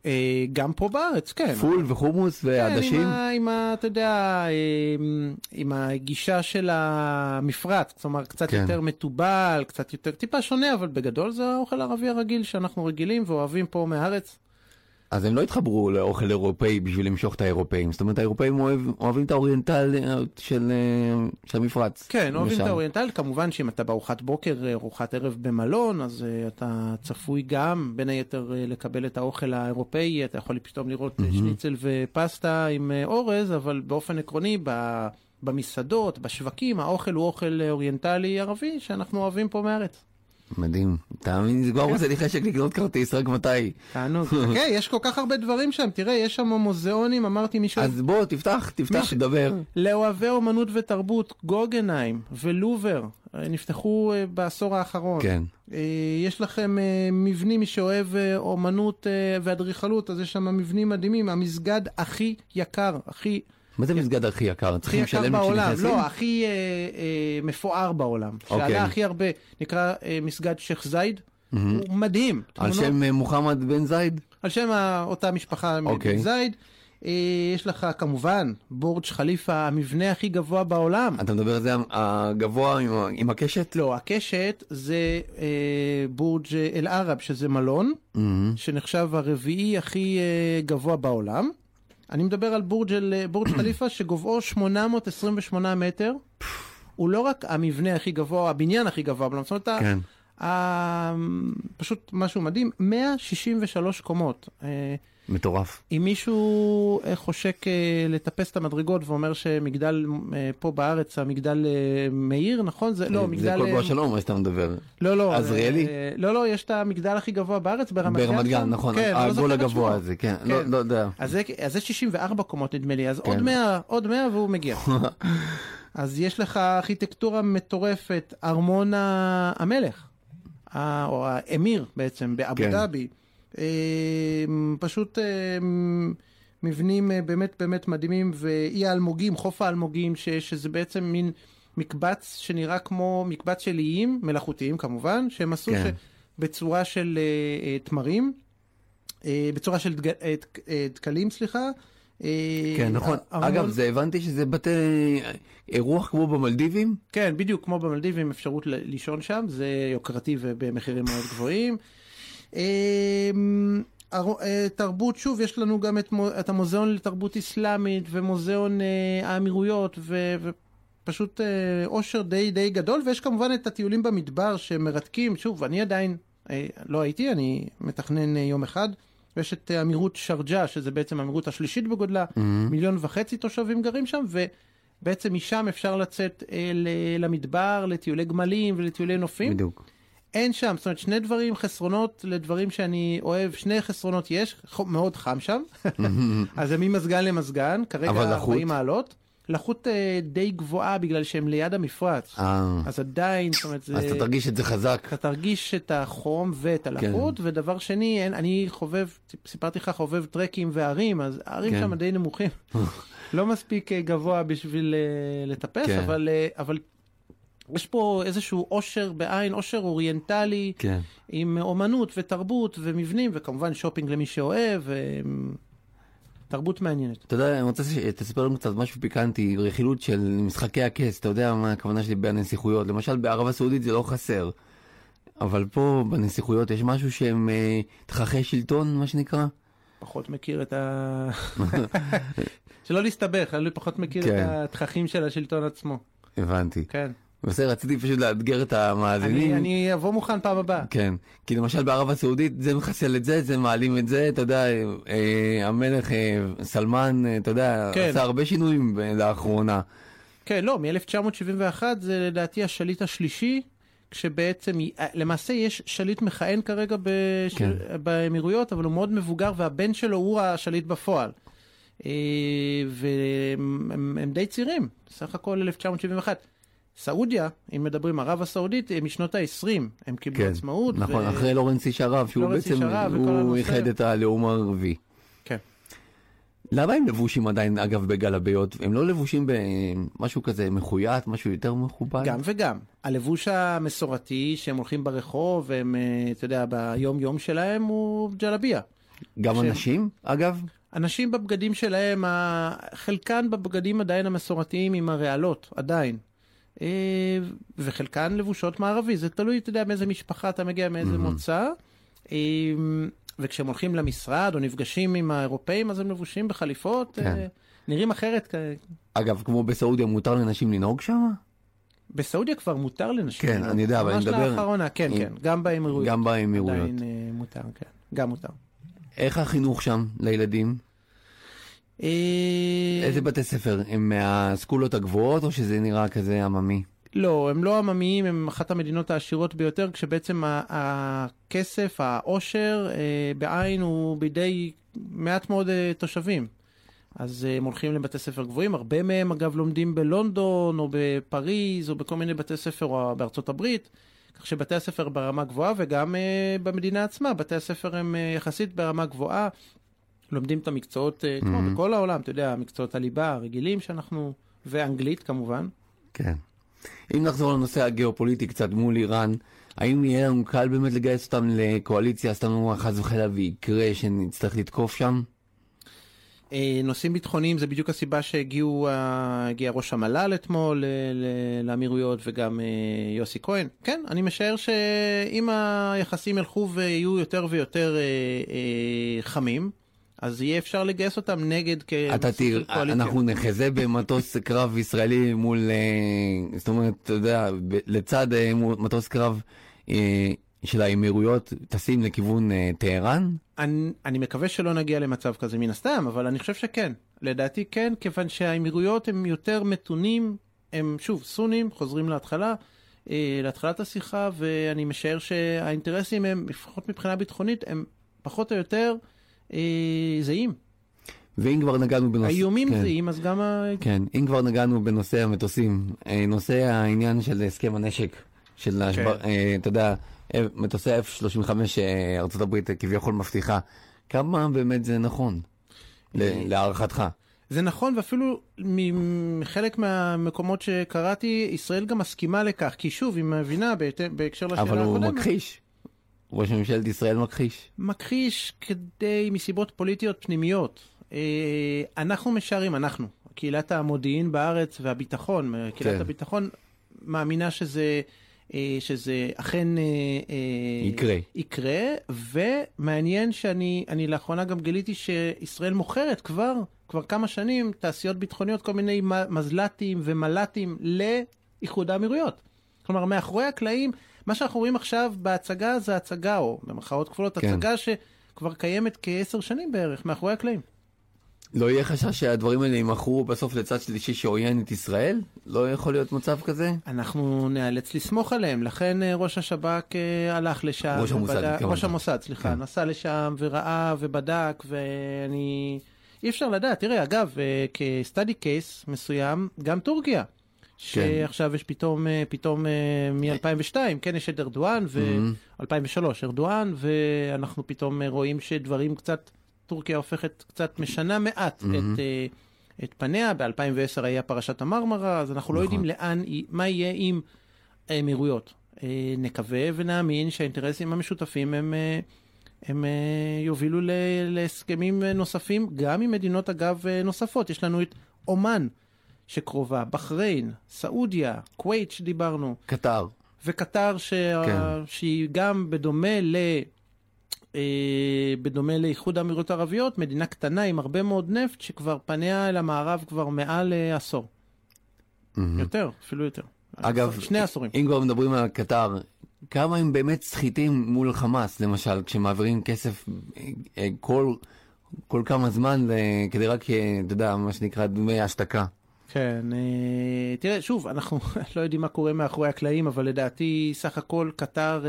גם פה בארץ, כן. פול וחומוס ועדשים. כן, עם, ה, עם ה, אתה יודע, עם, עם הגישה של המפרט, זאת אומרת, קצת כן. יותר מטובל, קצת יותר, טיפה שונה, אבל בגדול זה האוכל הערבי הרגיל שאנחנו רגילים ואוהבים פה מהארץ. אז הם לא התחברו לאוכל אירופאי בשביל למשוך את האירופאים. זאת אומרת, האירופאים אוהב, אוהבים את האוריינטל של, של המפרץ. כן, אוהבים משל. את האוריינטל. כמובן שאם אתה בארוחת בוקר, ארוחת ערב במלון, אז uh, אתה צפוי גם, בין היתר, uh, לקבל את האוכל האירופאי. אתה יכול פתאום לראות mm-hmm. שניצל ופסטה עם uh, אורז, אבל באופן עקרוני, ב, במסעדות, בשווקים, האוכל הוא אוכל אוריינטלי ערבי, שאנחנו אוהבים פה מארץ. מדהים. תאמין, זה כבר רוצה לי חשק לקנות כרטיס, רק מתי? תענוג. כן, יש כל כך הרבה דברים שם. תראה, יש שם מוזיאונים, אמרתי מישהו... אז בוא, תפתח, תפתח, תדבר. לאוהבי אומנות ותרבות, גוגנהיים ולובר, נפתחו בעשור האחרון. כן. יש לכם מבנים, מי שאוהב אומנות ואדריכלות, אז יש שם מבנים מדהימים. המסגד הכי יקר, הכי... מה זה מסגד הכי יקר? הכי יקר בעולם, לא, הכי אה, אה, מפואר בעולם. שעלה okay. הכי הרבה, נקרא אה, מסגד שייח זייד, mm-hmm. הוא מדהים. על תמונות... שם מוחמד בן זייד? על שם אותה משפחה okay. בן זייד. אה, יש לך כמובן בורג' חליפה, המבנה הכי גבוה בעולם. אתה מדבר על זה הגבוה עם, עם הקשת? לא, הקשת זה אה, בורג' אל ערב, שזה מלון, mm-hmm. שנחשב הרביעי הכי אה, גבוה בעולם. אני מדבר על בורג' בורג' חליפה שגובהו שמונה מאות עשרים ושמונה מטר. הוא לא רק המבנה הכי גבוה, הבניין הכי גבוה, אבל זאת אומרת, כן. פשוט משהו מדהים, מאה שישים ושלוש קומות. מטורף. אם מישהו חושק לטפס את המדרגות ואומר שמגדל פה בארץ, המגדל מאיר, נכון? זה לא, מגדל... זה כל גבוה שלום, מה שאתה מדבר. לא, לא. עזריאלי? לא, לא, יש את המגדל הכי גבוה בארץ, ברמת גן. ברמת גן, נכון. העגול הגבוה הזה, כן. לא יודע. אז זה שישים וארבע קומות נדמה לי, אז עוד מאה והוא מגיע. אז יש לך ארכיטקטורה מטורפת, ארמון המלך, או האמיר בעצם, באבו דאבי. פשוט מבנים באמת באמת מדהימים, ואי האלמוגים, חוף האלמוגים, שזה בעצם מין מקבץ שנראה כמו מקבץ של איים מלאכותיים כמובן, שהם עשו בצורה של תמרים, בצורה של דקלים, סליחה. כן, נכון. אגב, זה הבנתי שזה בתי אירוח כמו במלדיבים? כן, בדיוק, כמו במלדיבים, אפשרות לישון שם, זה יוקרתי ובמחירים מאוד גבוהים. תרבות, שוב, יש לנו גם את המוזיאון לתרבות אסלאמית ומוזיאון האמירויות, ופשוט עושר די די גדול, ויש כמובן את הטיולים במדבר שמרתקים. שוב, אני עדיין לא הייתי, אני מתכנן יום אחד. ויש את אמירות שרג'ה, שזה בעצם האמירות השלישית בגודלה, mm-hmm. מיליון וחצי תושבים גרים שם, ובעצם משם אפשר לצאת למדבר, לטיולי גמלים ולטיולי נופים. בדיוק. אין שם, זאת אומרת, שני דברים, חסרונות לדברים שאני אוהב, שני חסרונות יש, מאוד חם שם, אז זה ממסגן למסגן, כרגע ארבעים מעלות. לחות די גבוהה בגלל שהם ליד המפרץ. אז עדיין, זאת אומרת, זה... אז אתה תרגיש את זה חזק. אתה תרגיש את החום ואת הלחות, ודבר שני, אני חובב, סיפרתי לך, חובב טרקים וערים, אז הערים שם די נמוכים. לא מספיק גבוה בשביל לטפס, אבל יש פה איזשהו עושר בעין, עושר אוריינטלי, עם אומנות ותרבות ומבנים, וכמובן שופינג למי שאוהב, תרבות מעניינת. אתה יודע, אני רוצה שתספר לנו קצת משהו פיקנטי, רכילות של משחקי הכס, אתה יודע מה הכוונה שלי בנסיכויות. למשל, בערב הסעודית זה לא חסר, אבל פה בנסיכויות יש משהו שהם אה, תככי שלטון, מה שנקרא? פחות מכיר את ה... שלא להסתבך, אני פחות מכיר כן. את התככים של השלטון עצמו. הבנתי. כן. בסדר, רציתי פשוט לאתגר את המאזינים. אני, אני אבוא מוכן פעם הבאה. כן, כי למשל בערב הסעודית זה מחסל את זה, זה מעלים את זה, אתה יודע, אה, המלך אה, סלמן, אה, אתה יודע, כן. עשה הרבה שינויים לאחרונה. כן, לא, מ-אלף תשע מאות שבעים ואחת זה לדעתי השליט השלישי, כשבעצם, למעשה יש שליט מכהן כרגע בש... כן. באמירויות, אבל הוא מאוד מבוגר, והבן שלו הוא השליט בפועל. והם הם די צעירים, סך הכל אלף תשע מאות שבעים ואחת. סעודיה, אם מדברים ערב הסעודית, משנות ה-עשרים, הם קיבלו כן, עצמאות. נכון, ו... אחרי לורנס איש ערב, שהוא לורנס בעצם, ערב הוא ייחד את הלאום הערבי. כן. למה הם לבושים עדיין, אגב, בגלביות? הם לא לבושים במשהו כזה מחויית, משהו יותר מכובד? גם וגם. הלבוש המסורתי שהם הולכים ברחוב, והם, אתה יודע, ביום יום שלהם הוא ג'לביה. גם שהם... אנשים, אגב? אנשים בבגדים שלהם, חלקן בבגדים עדיין המסורתיים עם הרעלות, עדיין. וחלקן לבושות מערבי. זה תלוי, אתה יודע, מאיזה משפחה אתה מגיע, מאיזה מוצא. וכשהם הולכים למשרד או נפגשים עם האירופאים, אז הם לבושים בחליפות, כן. נראים אחרת. אגב, כמו בסעודיה, מותר לנשים לנהוג שם? בסעודיה כבר מותר לנשים. כן, אני יודע, אבל אני מדבר... ממש לאחרונה, כן, כן, גם באמירויות. גם באמירויות. עדיין מותר, כן, גם מותר. איך החינוך שם לילדים? איזה בתי ספר? הם מהסקולות הגבוהות, או שזה נראה כזה עממי? לא, הם לא עממיים, הם אחת המדינות העשירות ביותר, כשבעצם הכסף, העושר, בעין הוא בידי מעט מאוד תושבים. אז הם הולכים לבתי ספר גבוהים, הרבה מהם אגב לומדים בלונדון או בפריז או בכל מיני בתי ספר או בארצות הברית, כך שבתי הספר ברמה גבוהה וגם במדינה עצמה, בתי הספר הם יחסית ברמה גבוהה, לומדים את המקצועות, mm-hmm. כמו בכל העולם, אתה יודע, מקצועות הליבה, הרגילים שאנחנו, ואנגלית כמובן. כן. אם נחזור לנושא הגיאופוליטי קצת מול איראן, האם יהיה לנו קל באמת לגייס אותם לקואליציה, סתם לנו חס וחלילה ויקרה שנצטרך לתקוף שם? נושאים ביטחוניים זה בדיוק הסיבה שהגיעו, הגיע ראש המל"ל אתמול לאמירויות וגם יוסי כהן. כן, אני משער שאם היחסים ילכו ויהיו יותר ויותר חמים, אז יהיה אפשר לגייס אותם נגד כקואליציה. אנחנו נחזה במטוס קרב ישראלי מול, זאת אומרת, אתה יודע, לצד מטוס קרב של האמירויות, טסים לכיוון טהרן? אני, אני מקווה שלא נגיע למצב כזה מן הסתם, אבל אני חושב שכן. לדעתי כן, כיוון שהאמירויות הם יותר מתונים, הם שוב סונים, חוזרים להתחלה, להתחלת השיחה, ואני משער שהאינטרסים הם, לפחות מבחינה ביטחונית, הם פחות או יותר זהים. ואם כבר נגענו בנושא... האיומים כן. זהים, אז גם... ה... כן, אם כבר נגענו בנושא המטוסים, נושא העניין של הסכם הנשק, של כן. השבר... אתה יודע, מטוסי אף שלושים וחמש ארצות הברית כביכול מבטיחה, כמה באמת זה נכון, להערכתך? זה נכון, ואפילו מחלק מהמקומות שקראתי, ישראל גם מסכימה לכך, כי שוב, היא מבינה בהקשר לשאלה הקודמת. אבל הוא הקודמת. מכחיש. ראש ממשלת ישראל מכחיש. מכחיש כדי, מסיבות פוליטיות פנימיות. אנחנו משערים, אנחנו, קהילת המודיעין בארץ והביטחון, קהילת כן. הביטחון, מאמינה שזה... שזה אכן יקרה. יקרה, ומעניין שאני אני לאחרונה גם גיליתי שישראל מוכרת כבר, כבר כמה שנים תעשיות ביטחוניות, כל מיני מזל"טים ומל"טים לאיחוד האמירויות. כלומר, מאחורי הקלעים, מה שאנחנו רואים עכשיו בהצגה זה הצגה, או במרכאות כפולות, כן. הצגה שכבר קיימת כעשר שנים בערך, מאחורי הקלעים. לא יהיה חשש שהדברים האלה יימכרו בסוף לצד שלישי שעוין את ישראל? לא יכול להיות מצב כזה? אנחנו נאלץ לסמוך עליהם, לכן ראש השב"כ הלך לשם. ראש המוסד. ובדק, ראש המוסד, סליחה. כן. נסע לשם וראה ובדק, ואני... אי אפשר לדעת. תראה, אגב, כסטאדי קייס מסוים, גם טורקיה, שעכשיו יש פתאום, פתאום מ-אלפיים ושתיים, כן, יש את ארדואן, ו-אלפיים ושלוש ארדואן, ואנחנו פתאום רואים שדברים קצת... טורקיה הופכת קצת משנה מעט mm-hmm. את, uh, את פניה, ב-אלפיים ועשר היה פרשת המרמרה, אז אנחנו נכון. לא יודעים לאן, מה יהיה עם האמירויות. Uh, נקווה ונאמין שהאינטרסים המשותפים הם, uh, הם uh, יובילו ל- להסכמים נוספים, גם עם מדינות אגב נוספות. יש לנו את אומן שקרובה, בחריין, סעודיה, כווית שדיברנו. קטר. וקטר ש... כן. שהיא גם בדומה ל... בדומה לאיחוד האמירויות הערביות, מדינה קטנה עם הרבה מאוד נפט שכבר פניה אל המערב כבר מעל עשור. יותר, אפילו יותר. אגב, שני עשורים. אם כבר מדברים על קטר, כמה הם באמת סחיטים מול חמאס, למשל, כשמעבירים כסף כל, כל כמה זמן כדי רק, אתה יודע, מה שנקרא דמי השתקה. כן, תראה, שוב, אנחנו לא יודעים מה קורה מאחורי הקלעים, אבל לדעתי סך הכל קטר...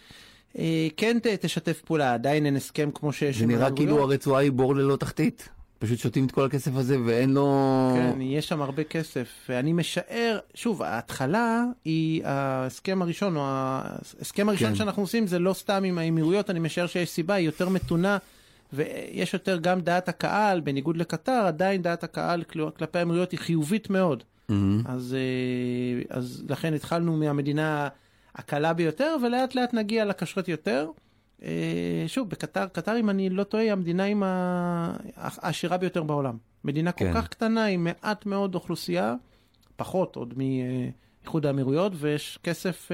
כן תשתף פעולה, עדיין אין הסכם כמו שיש... זה נראה כאילו הרצועה היא בור ללא תחתית. פשוט שותים את כל הכסף הזה ואין לו... כן, יש שם הרבה כסף, ואני משער, שוב, ההתחלה היא ההסכם הראשון, או ההסכם הראשון כן. שאנחנו עושים זה לא סתם עם האמירויות, אני משער שיש סיבה, היא יותר מתונה, ויש יותר גם דעת הקהל, בניגוד לקטר, עדיין דעת הקהל כלפי האמירויות היא חיובית מאוד. Mm-hmm. אז, אז לכן התחלנו מהמדינה הקלה ביותר, ולאט לאט נגיע לקשרת יותר. שוב, בקטר, קטר, אם אני לא טועה, היא המדינה עם העשירה ביותר בעולם. מדינה כל כך קטנה, עם מעט מאוד אוכלוסייה, פחות עוד מאיחוד האמירויות, ויש כסף,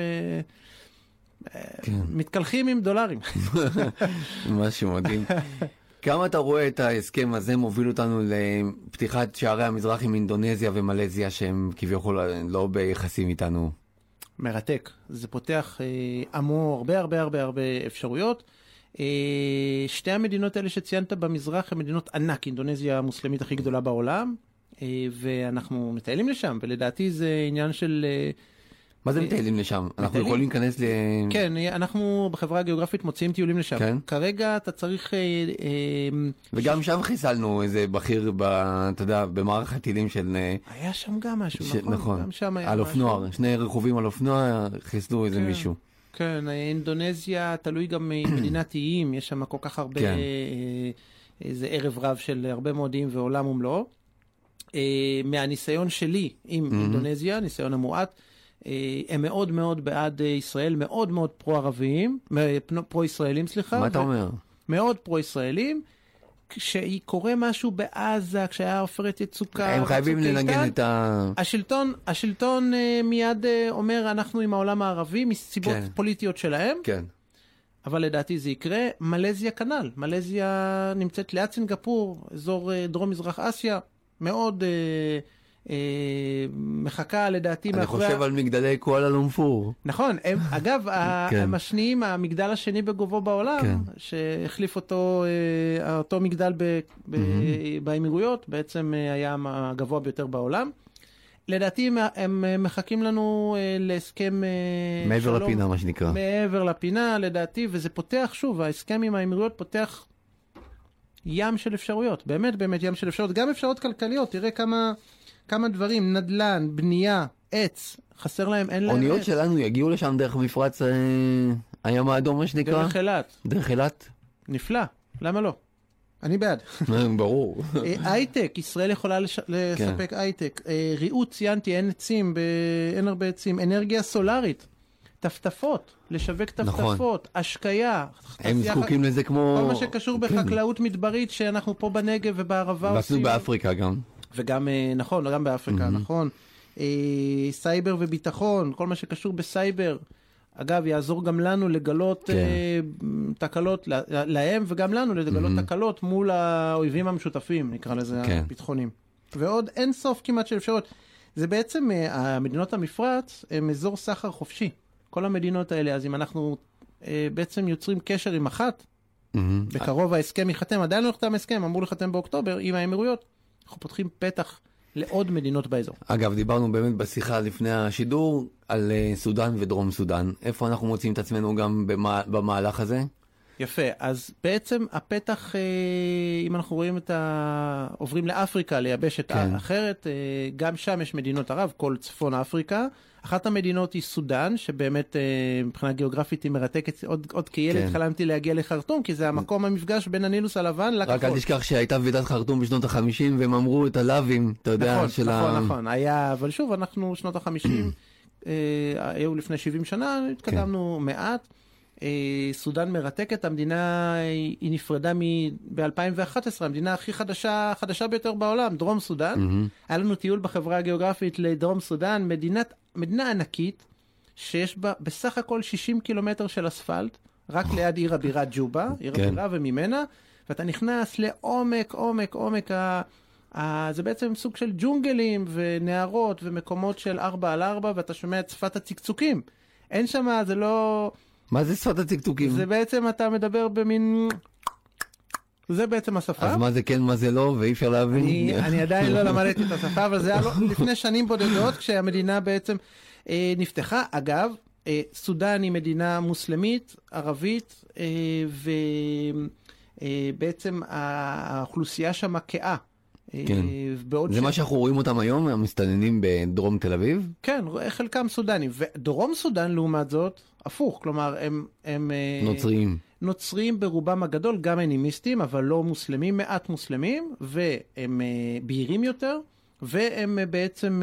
מתקלחים עם דולרים. משהו מדהים. כמה אתה רואה את ההסכם הזה מוביל אותנו לפתיחת שערי המזרח עם אינדונזיה ומלזיה, שהם כביכול לא ביחסים איתנו? מרתק. זה פותח אה, עמו הרבה הרבה הרבה הרבה אפשרויות. אה, שתי המדינות האלה שציינת במזרח הן מדינות ענק, אינדונזיה המוסלמית הכי גדולה בעולם, אה, ואנחנו מטיילים לשם, ולדעתי זה עניין של... אה, מה זה מטיילים לשם? אנחנו יכולים להיכנס ל... כן, אנחנו בחברה הגיאוגרפית מוציאים טיולים לשם. כן? כרגע אתה צריך... וגם שם חיסלנו איזה בכיר, אתה יודע, במערך הטילים של... היה שם גם משהו, נכון? נכון, גם שם היה על אופנוע, שני רכובים על אופנוע, חיסלו איזה מישהו. כן, אינדונזיה תלוי גם מדינת איים, יש שם כל כך הרבה... איזה ערב רב של הרבה מאוד איים ועולם ומלואו. מהניסיון שלי עם אינדונזיה, ניסיון המועט, הם מאוד מאוד בעד ישראל, מאוד מאוד פרו-ערביים, פרו-ישראלים, סליחה. מה אתה אומר? מאוד פרו-ישראלים, כשקורה משהו בעזה, כשהיה עופרת יצוקה... הם חייבים לנגן את ה... השלטון, השלטון מיד אומר, אנחנו עם העולם הערבי, מסיבות פוליטיות שלהם. כן. אבל לדעתי זה יקרה. מלזיה כנ"ל. מלזיה נמצאת ליד סינגפור, אזור דרום-מזרח אסיה, מאוד... מחכה לדעתי מאחורי... אני חושב על מגדלי קואלה לומפור. נכון, אגב, הם השניים, המגדל השני בגובו בעולם, שהחליף אותו אותו מגדל באמירויות, בעצם היה הגבוה ביותר בעולם. לדעתי הם מחכים לנו להסכם שלום. מעבר לפינה, מה שנקרא. מעבר לפינה, לדעתי, וזה פותח, שוב, ההסכם עם האמירויות פותח ים של אפשרויות, באמת באמת ים של אפשרויות, גם אפשרויות כלכליות, תראה כמה... כמה דברים, נדלן, בנייה, עץ, חסר להם, אין להם עץ. אוניות שלנו יגיעו לשם דרך מפרץ אה, הים האדום, מה שנקרא? דרך אילת. דרך אילת? נפלא, למה לא? אני בעד. ברור. הייטק, ישראל יכולה לש... לספק הייטק. ריהוט, ציינתי, אין עצים, ב... אין הרבה עצים. אנרגיה סולרית, טפטפות, לשווק טפטפות, נכון. השקיה. הם זקוקים ח... לזה כמו... כל מה שקשור בחקלאות כן. מדברית, שאנחנו פה בנגב ובערבה עושים. ועשו באפריקה גם. וגם, נכון, גם באפריקה, mm-hmm. נכון. סייבר וביטחון, כל מה שקשור בסייבר. אגב, יעזור גם לנו לגלות כן. תקלות, להם וגם לנו לגלות mm-hmm. תקלות מול האויבים המשותפים, נקרא לזה כן. הביטחונים. ועוד אין סוף כמעט של אפשרות. זה בעצם, המדינות המפרץ הם אזור סחר חופשי. כל המדינות האלה, אז אם אנחנו בעצם יוצרים קשר עם אחת, mm-hmm. בקרוב ההסכם ייחתם, עדיין לא נחתם הסכם, אמור לחתם באוקטובר עם האמירויות. אנחנו פותחים פתח לעוד מדינות באזור. אגב, דיברנו באמת בשיחה לפני השידור על סודן ודרום סודן. איפה אנחנו מוצאים את עצמנו גם במהלך הזה? יפה. אז בעצם הפתח, אם אנחנו רואים את ה... עוברים לאפריקה, ליבשת כן. אחרת, גם שם יש מדינות ערב, כל צפון אפריקה. אחת המדינות היא סודן, שבאמת מבחינה גיאוגרפית היא מרתקת. עוד, עוד כילד כן. חלמתי להגיע לחרטום, כי זה המקום המפגש בין הנילוס הלבן לכחול. רק אל תשכח שהייתה ועידת חרטום בשנות החמישים, והם אמרו את הלאווים, אתה יודע, נכון, של נכון, ה... נכון, נכון. היה, אבל שוב, אנחנו שנות החמישים, היו לפני שבעים שנה, התקדמנו כן. מעט. סודן מרתקת, המדינה היא נפרדה ב-אלפיים ואחת עשרה, המדינה הכי חדשה, חדשה ביותר בעולם, דרום סודן. Mm-hmm. היה לנו טיול בחברה הגיאוגרפית לדרום סודן, מדינת, מדינה ענקית, שיש בה בסך הכל שישים קילומטר של אספלט, רק oh. ליד עיר הבירה ג'ובה, עיר כן. הבירה וממנה, ואתה נכנס לעומק, עומק, עומק, ה... ה... זה בעצם סוג של ג'ונגלים ונערות ומקומות של ארבע על ארבע, ואתה שומע את שפת הצקצוקים. אין שם, זה לא... מה זה שפת הצקצוקים? זה בעצם אתה מדבר במין... זה בעצם השפה. אז מה זה כן, מה זה לא, ואי אפשר להבין? אני, אני עדיין לא למדתי את השפה, אבל זה היה לא, לפני שנים בודדות, כשהמדינה בעצם אה, נפתחה. אגב, אה, סודן היא מדינה מוסלמית, ערבית, אה, בעצם האוכלוסייה שם כאה. כן. זה ש... מה שאנחנו רואים אותם היום, המסתננים בדרום תל אביב? כן, חלקם סודנים. ודרום סודן לעומת זאת, הפוך, כלומר, הם... הם נוצריים. נוצריים ברובם הגדול, גם אנימיסטים, אבל לא מוסלמים, מעט מוסלמים, והם בהירים יותר, והם בעצם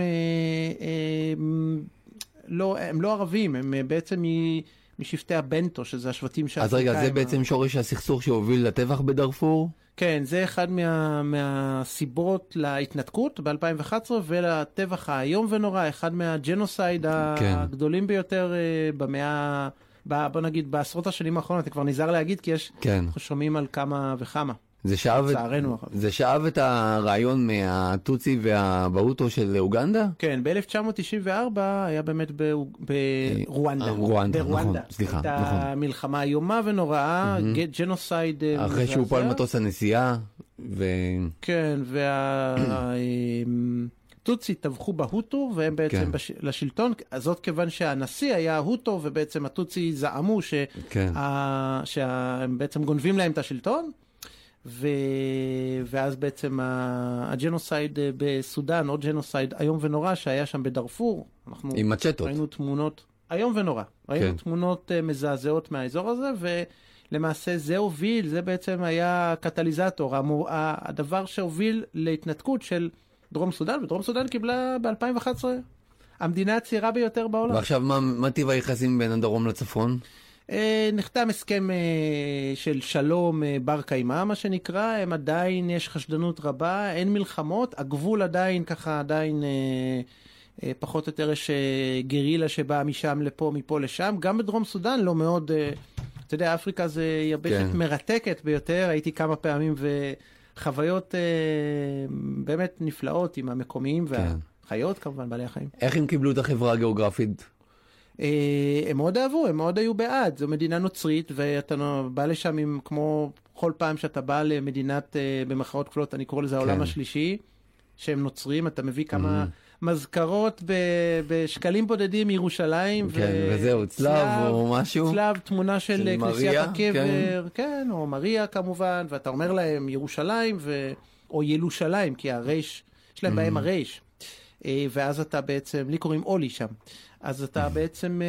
לא, הם לא ערבים, הם בעצם משבטי הבנטו, שזה השבטים שהאפריקאים... אז רגע, זה בעצם שורש הסכסוך שהוביל לטבח בדארפור? כן, זה אחד מה, מהסיבות להתנתקות ב-אלפיים ואחת עשרה ולטבח האיום ונורא, אחד מהג'נוסייד כן. הגדולים ביותר במאה, בוא נגיד בעשרות השנים האחרונות, אני כבר נזהר להגיד כי יש, כן. אנחנו שומעים על כמה וכמה. זה שאב, את, זה שאב את הרעיון מהטוצי והבאוטו של אוגנדה? כן, ב-אלף תשע מאות תשעים וארבע היה באמת ברואנדה. רואנדה, נכון, סליחה. הייתה מלחמה איומה ונוראה, ג'נוסייד. אחרי שהוא פה על מטוס הנסיעה. כן, והטוצי טבחו בהוטו, והם בעצם לשלטון, זאת כיוון שהנשיא היה הוטו, ובעצם הטוצי זעמו שהם בעצם גונבים להם את השלטון. ו... ואז בעצם הג'נוסייד בסודן, או ג'נוסייד איום ונורא שהיה שם בדארפור, אנחנו עם מצ'טות. ראינו תמונות, איום ונורא, ראינו כן. תמונות מזעזעות מהאזור הזה, ולמעשה זה הוביל, זה בעצם היה קטליזטור, המור... הדבר שהוביל להתנתקות של דרום סודן, ודרום סודן קיבלה ב-אלפיים ואחת עשרה המדינה הצעירה ביותר בעולם. ועכשיו מה, מה טיב היחסים בין הדרום לצפון? נחתם הסכם של שלום בר קיימא, מה שנקרא, הם עדיין, יש חשדנות רבה, אין מלחמות, הגבול עדיין ככה, עדיין פחות או יותר יש גרילה שבאה משם לפה, מפה לשם, גם בדרום סודן לא מאוד, אתה יודע, אפריקה זה יבשת כן. מרתקת ביותר, הייתי כמה פעמים וחוויות באמת נפלאות עם המקומיים והחיות כמובן, בעלי החיים. איך הם קיבלו את החברה הגיאוגרפית? הם מאוד אהבו, הם מאוד היו בעד, זו מדינה נוצרית, ואתה בא לשם עם, כמו כל פעם שאתה בא למדינת, במחאות כפולות, אני קורא לזה העולם כן. השלישי, שהם נוצרים, אתה מביא כמה mm-hmm. מזכרות ב- בשקלים בודדים מירושלים, כן, ו- וזהו, צלב או משהו, צלב, תמונה של, של כנסיית הקבר, כן. כן, או מריה כמובן, ואתה אומר להם ירושלים, ו- או ילושלים, כי הרייש, יש להם mm-hmm. בהם הרייש, ואז אתה בעצם, לי קוראים אולי שם, אז אתה בעצם,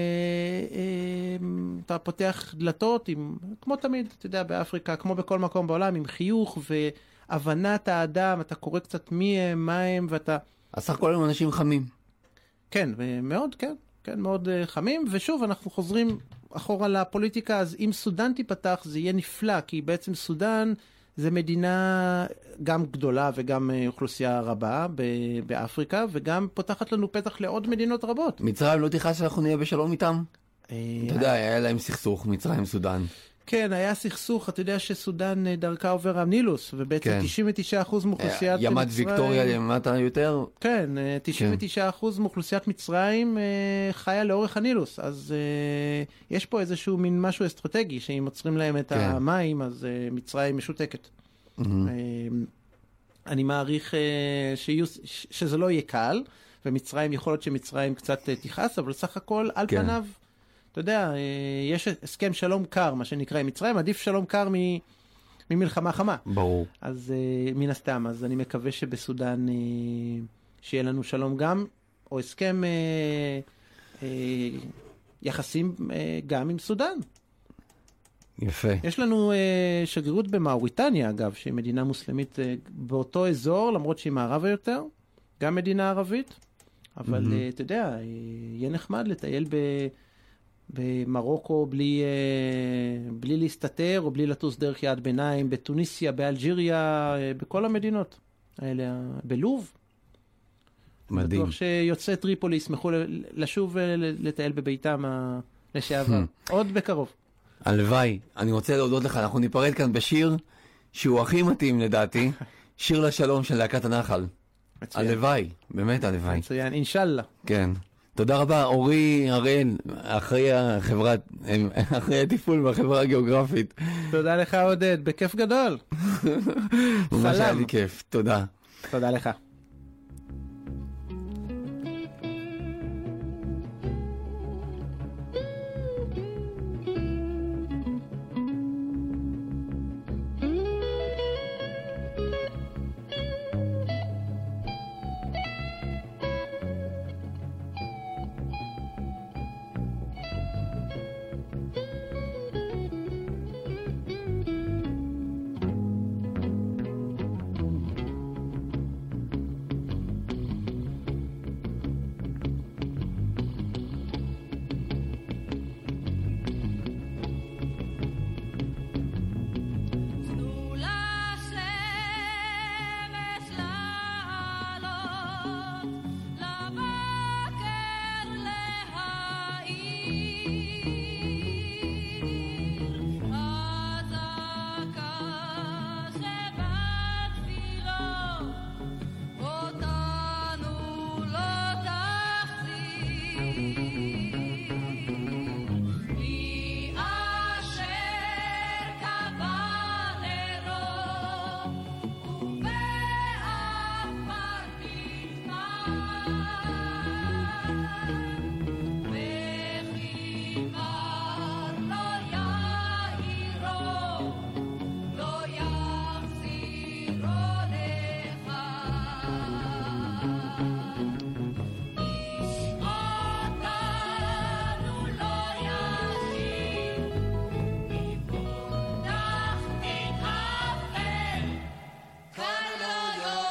אתה פותח דלתות, עם, כמו תמיד, אתה יודע, באפריקה, כמו בכל מקום בעולם, עם חיוך והבנת האדם, אתה קורא קצת מי הם, מה הם, ואתה... אז סך הכל הם אנשים חמים. כן, מאוד, כן, כן, מאוד חמים, ושוב, אנחנו חוזרים אחורה לפוליטיקה, אז אם סודן תיפתח, זה יהיה נפלא, כי בעצם סודן זה מדינה גם גדולה וגם אוכלוסייה רבה באפריקה, וגם פותחת לנו פתח לעוד מדינות רבות. מצרים לא תכעס שאנחנו נהיה בשלום איתם? אתה יודע, היה להם סכסוך, מצרים, סודן. כן, היה סכסוך, אתה יודע שסודן דרכה עובר הנילוס, ובעצם תשעים ותשעה אחוז מאוכלוסיית מצרים... ימת ויקטוריה למטה יותר? כן, תשעים ותשעה אחוז מאוכלוסיית מצרים חיה לאורך הנילוס, אז יש פה איזשהו מין משהו אסטרטגי, שאם עוצרים להם את המים, אז מצרים משותקת. אני מעריך שזה לא יהיה קל, ומצרים, יכול להיות שמצרים קצת תיחס, אבל סך הכל, על פניו, אתה יודע, יש הסכם שלום קר, מה שנקרא עם מצרים, עדיף שלום קר ממלחמה חמה. ברור. אז מן הסתם, אז אני מקווה שבסודן שיהיה לנו שלום גם, או הסכם יחסים גם עם סודן. יפה. יש לנו שגרירות במאוריטניה, אגב, שהיא מדינה מוסלמית באותו אזור, למרות שהיא מערבה יותר, גם מדינה ערבית, אבל אתה יודע, יהיה נחמד לטייל ב... במרוקו בלי, בלי להסתתר או בלי לטוס דרך יעד ביניים, בתוניסיה, באלג'יריה, בכל המדינות האלה, בלוב. מדהים. בטוח שיוצאי טריפולי ישמחו לשוב ולטייל בביתם לשעבר. עוד בקרוב. הלוואי, אני רוצה להודות לך, אנחנו ניפרד כאן בשיר שהוא הכי מתאים לדעתי, שיר לשלום של להקת הנחל. הלוואי, באמת הלוואי. מצוין, אינשאללה. כן. תודה רבה, אורי הראל, אחרי החברה, אחרי הטיפול בחברה הגיאוגרפית. תודה לך עודד, בכיף גדול. ממש היה לי כיף, תודה. תודה לך.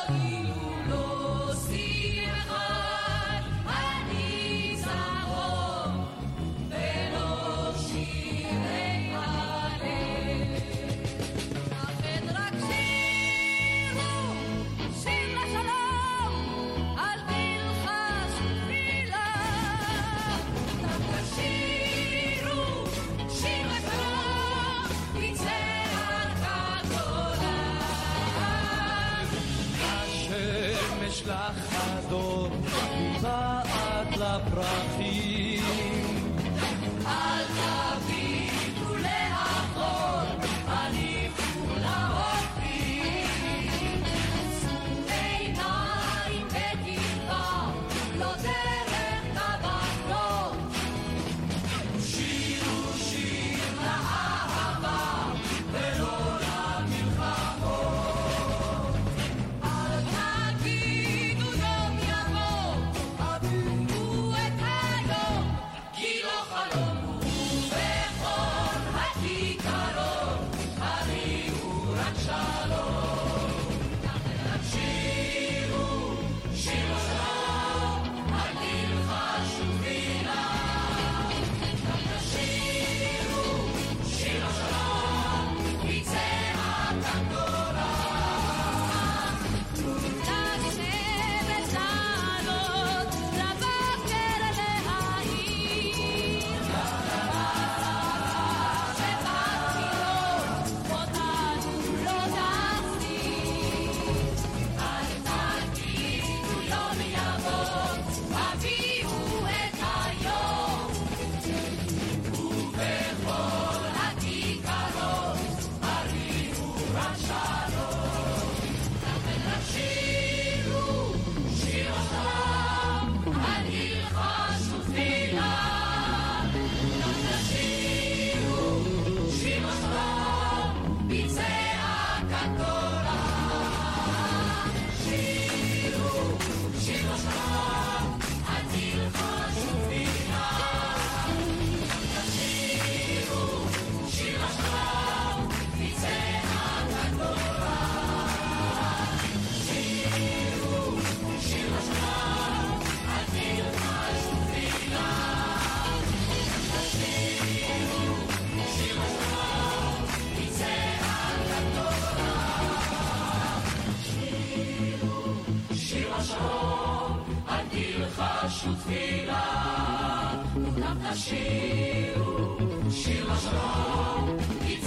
שיר, שיר לשלום,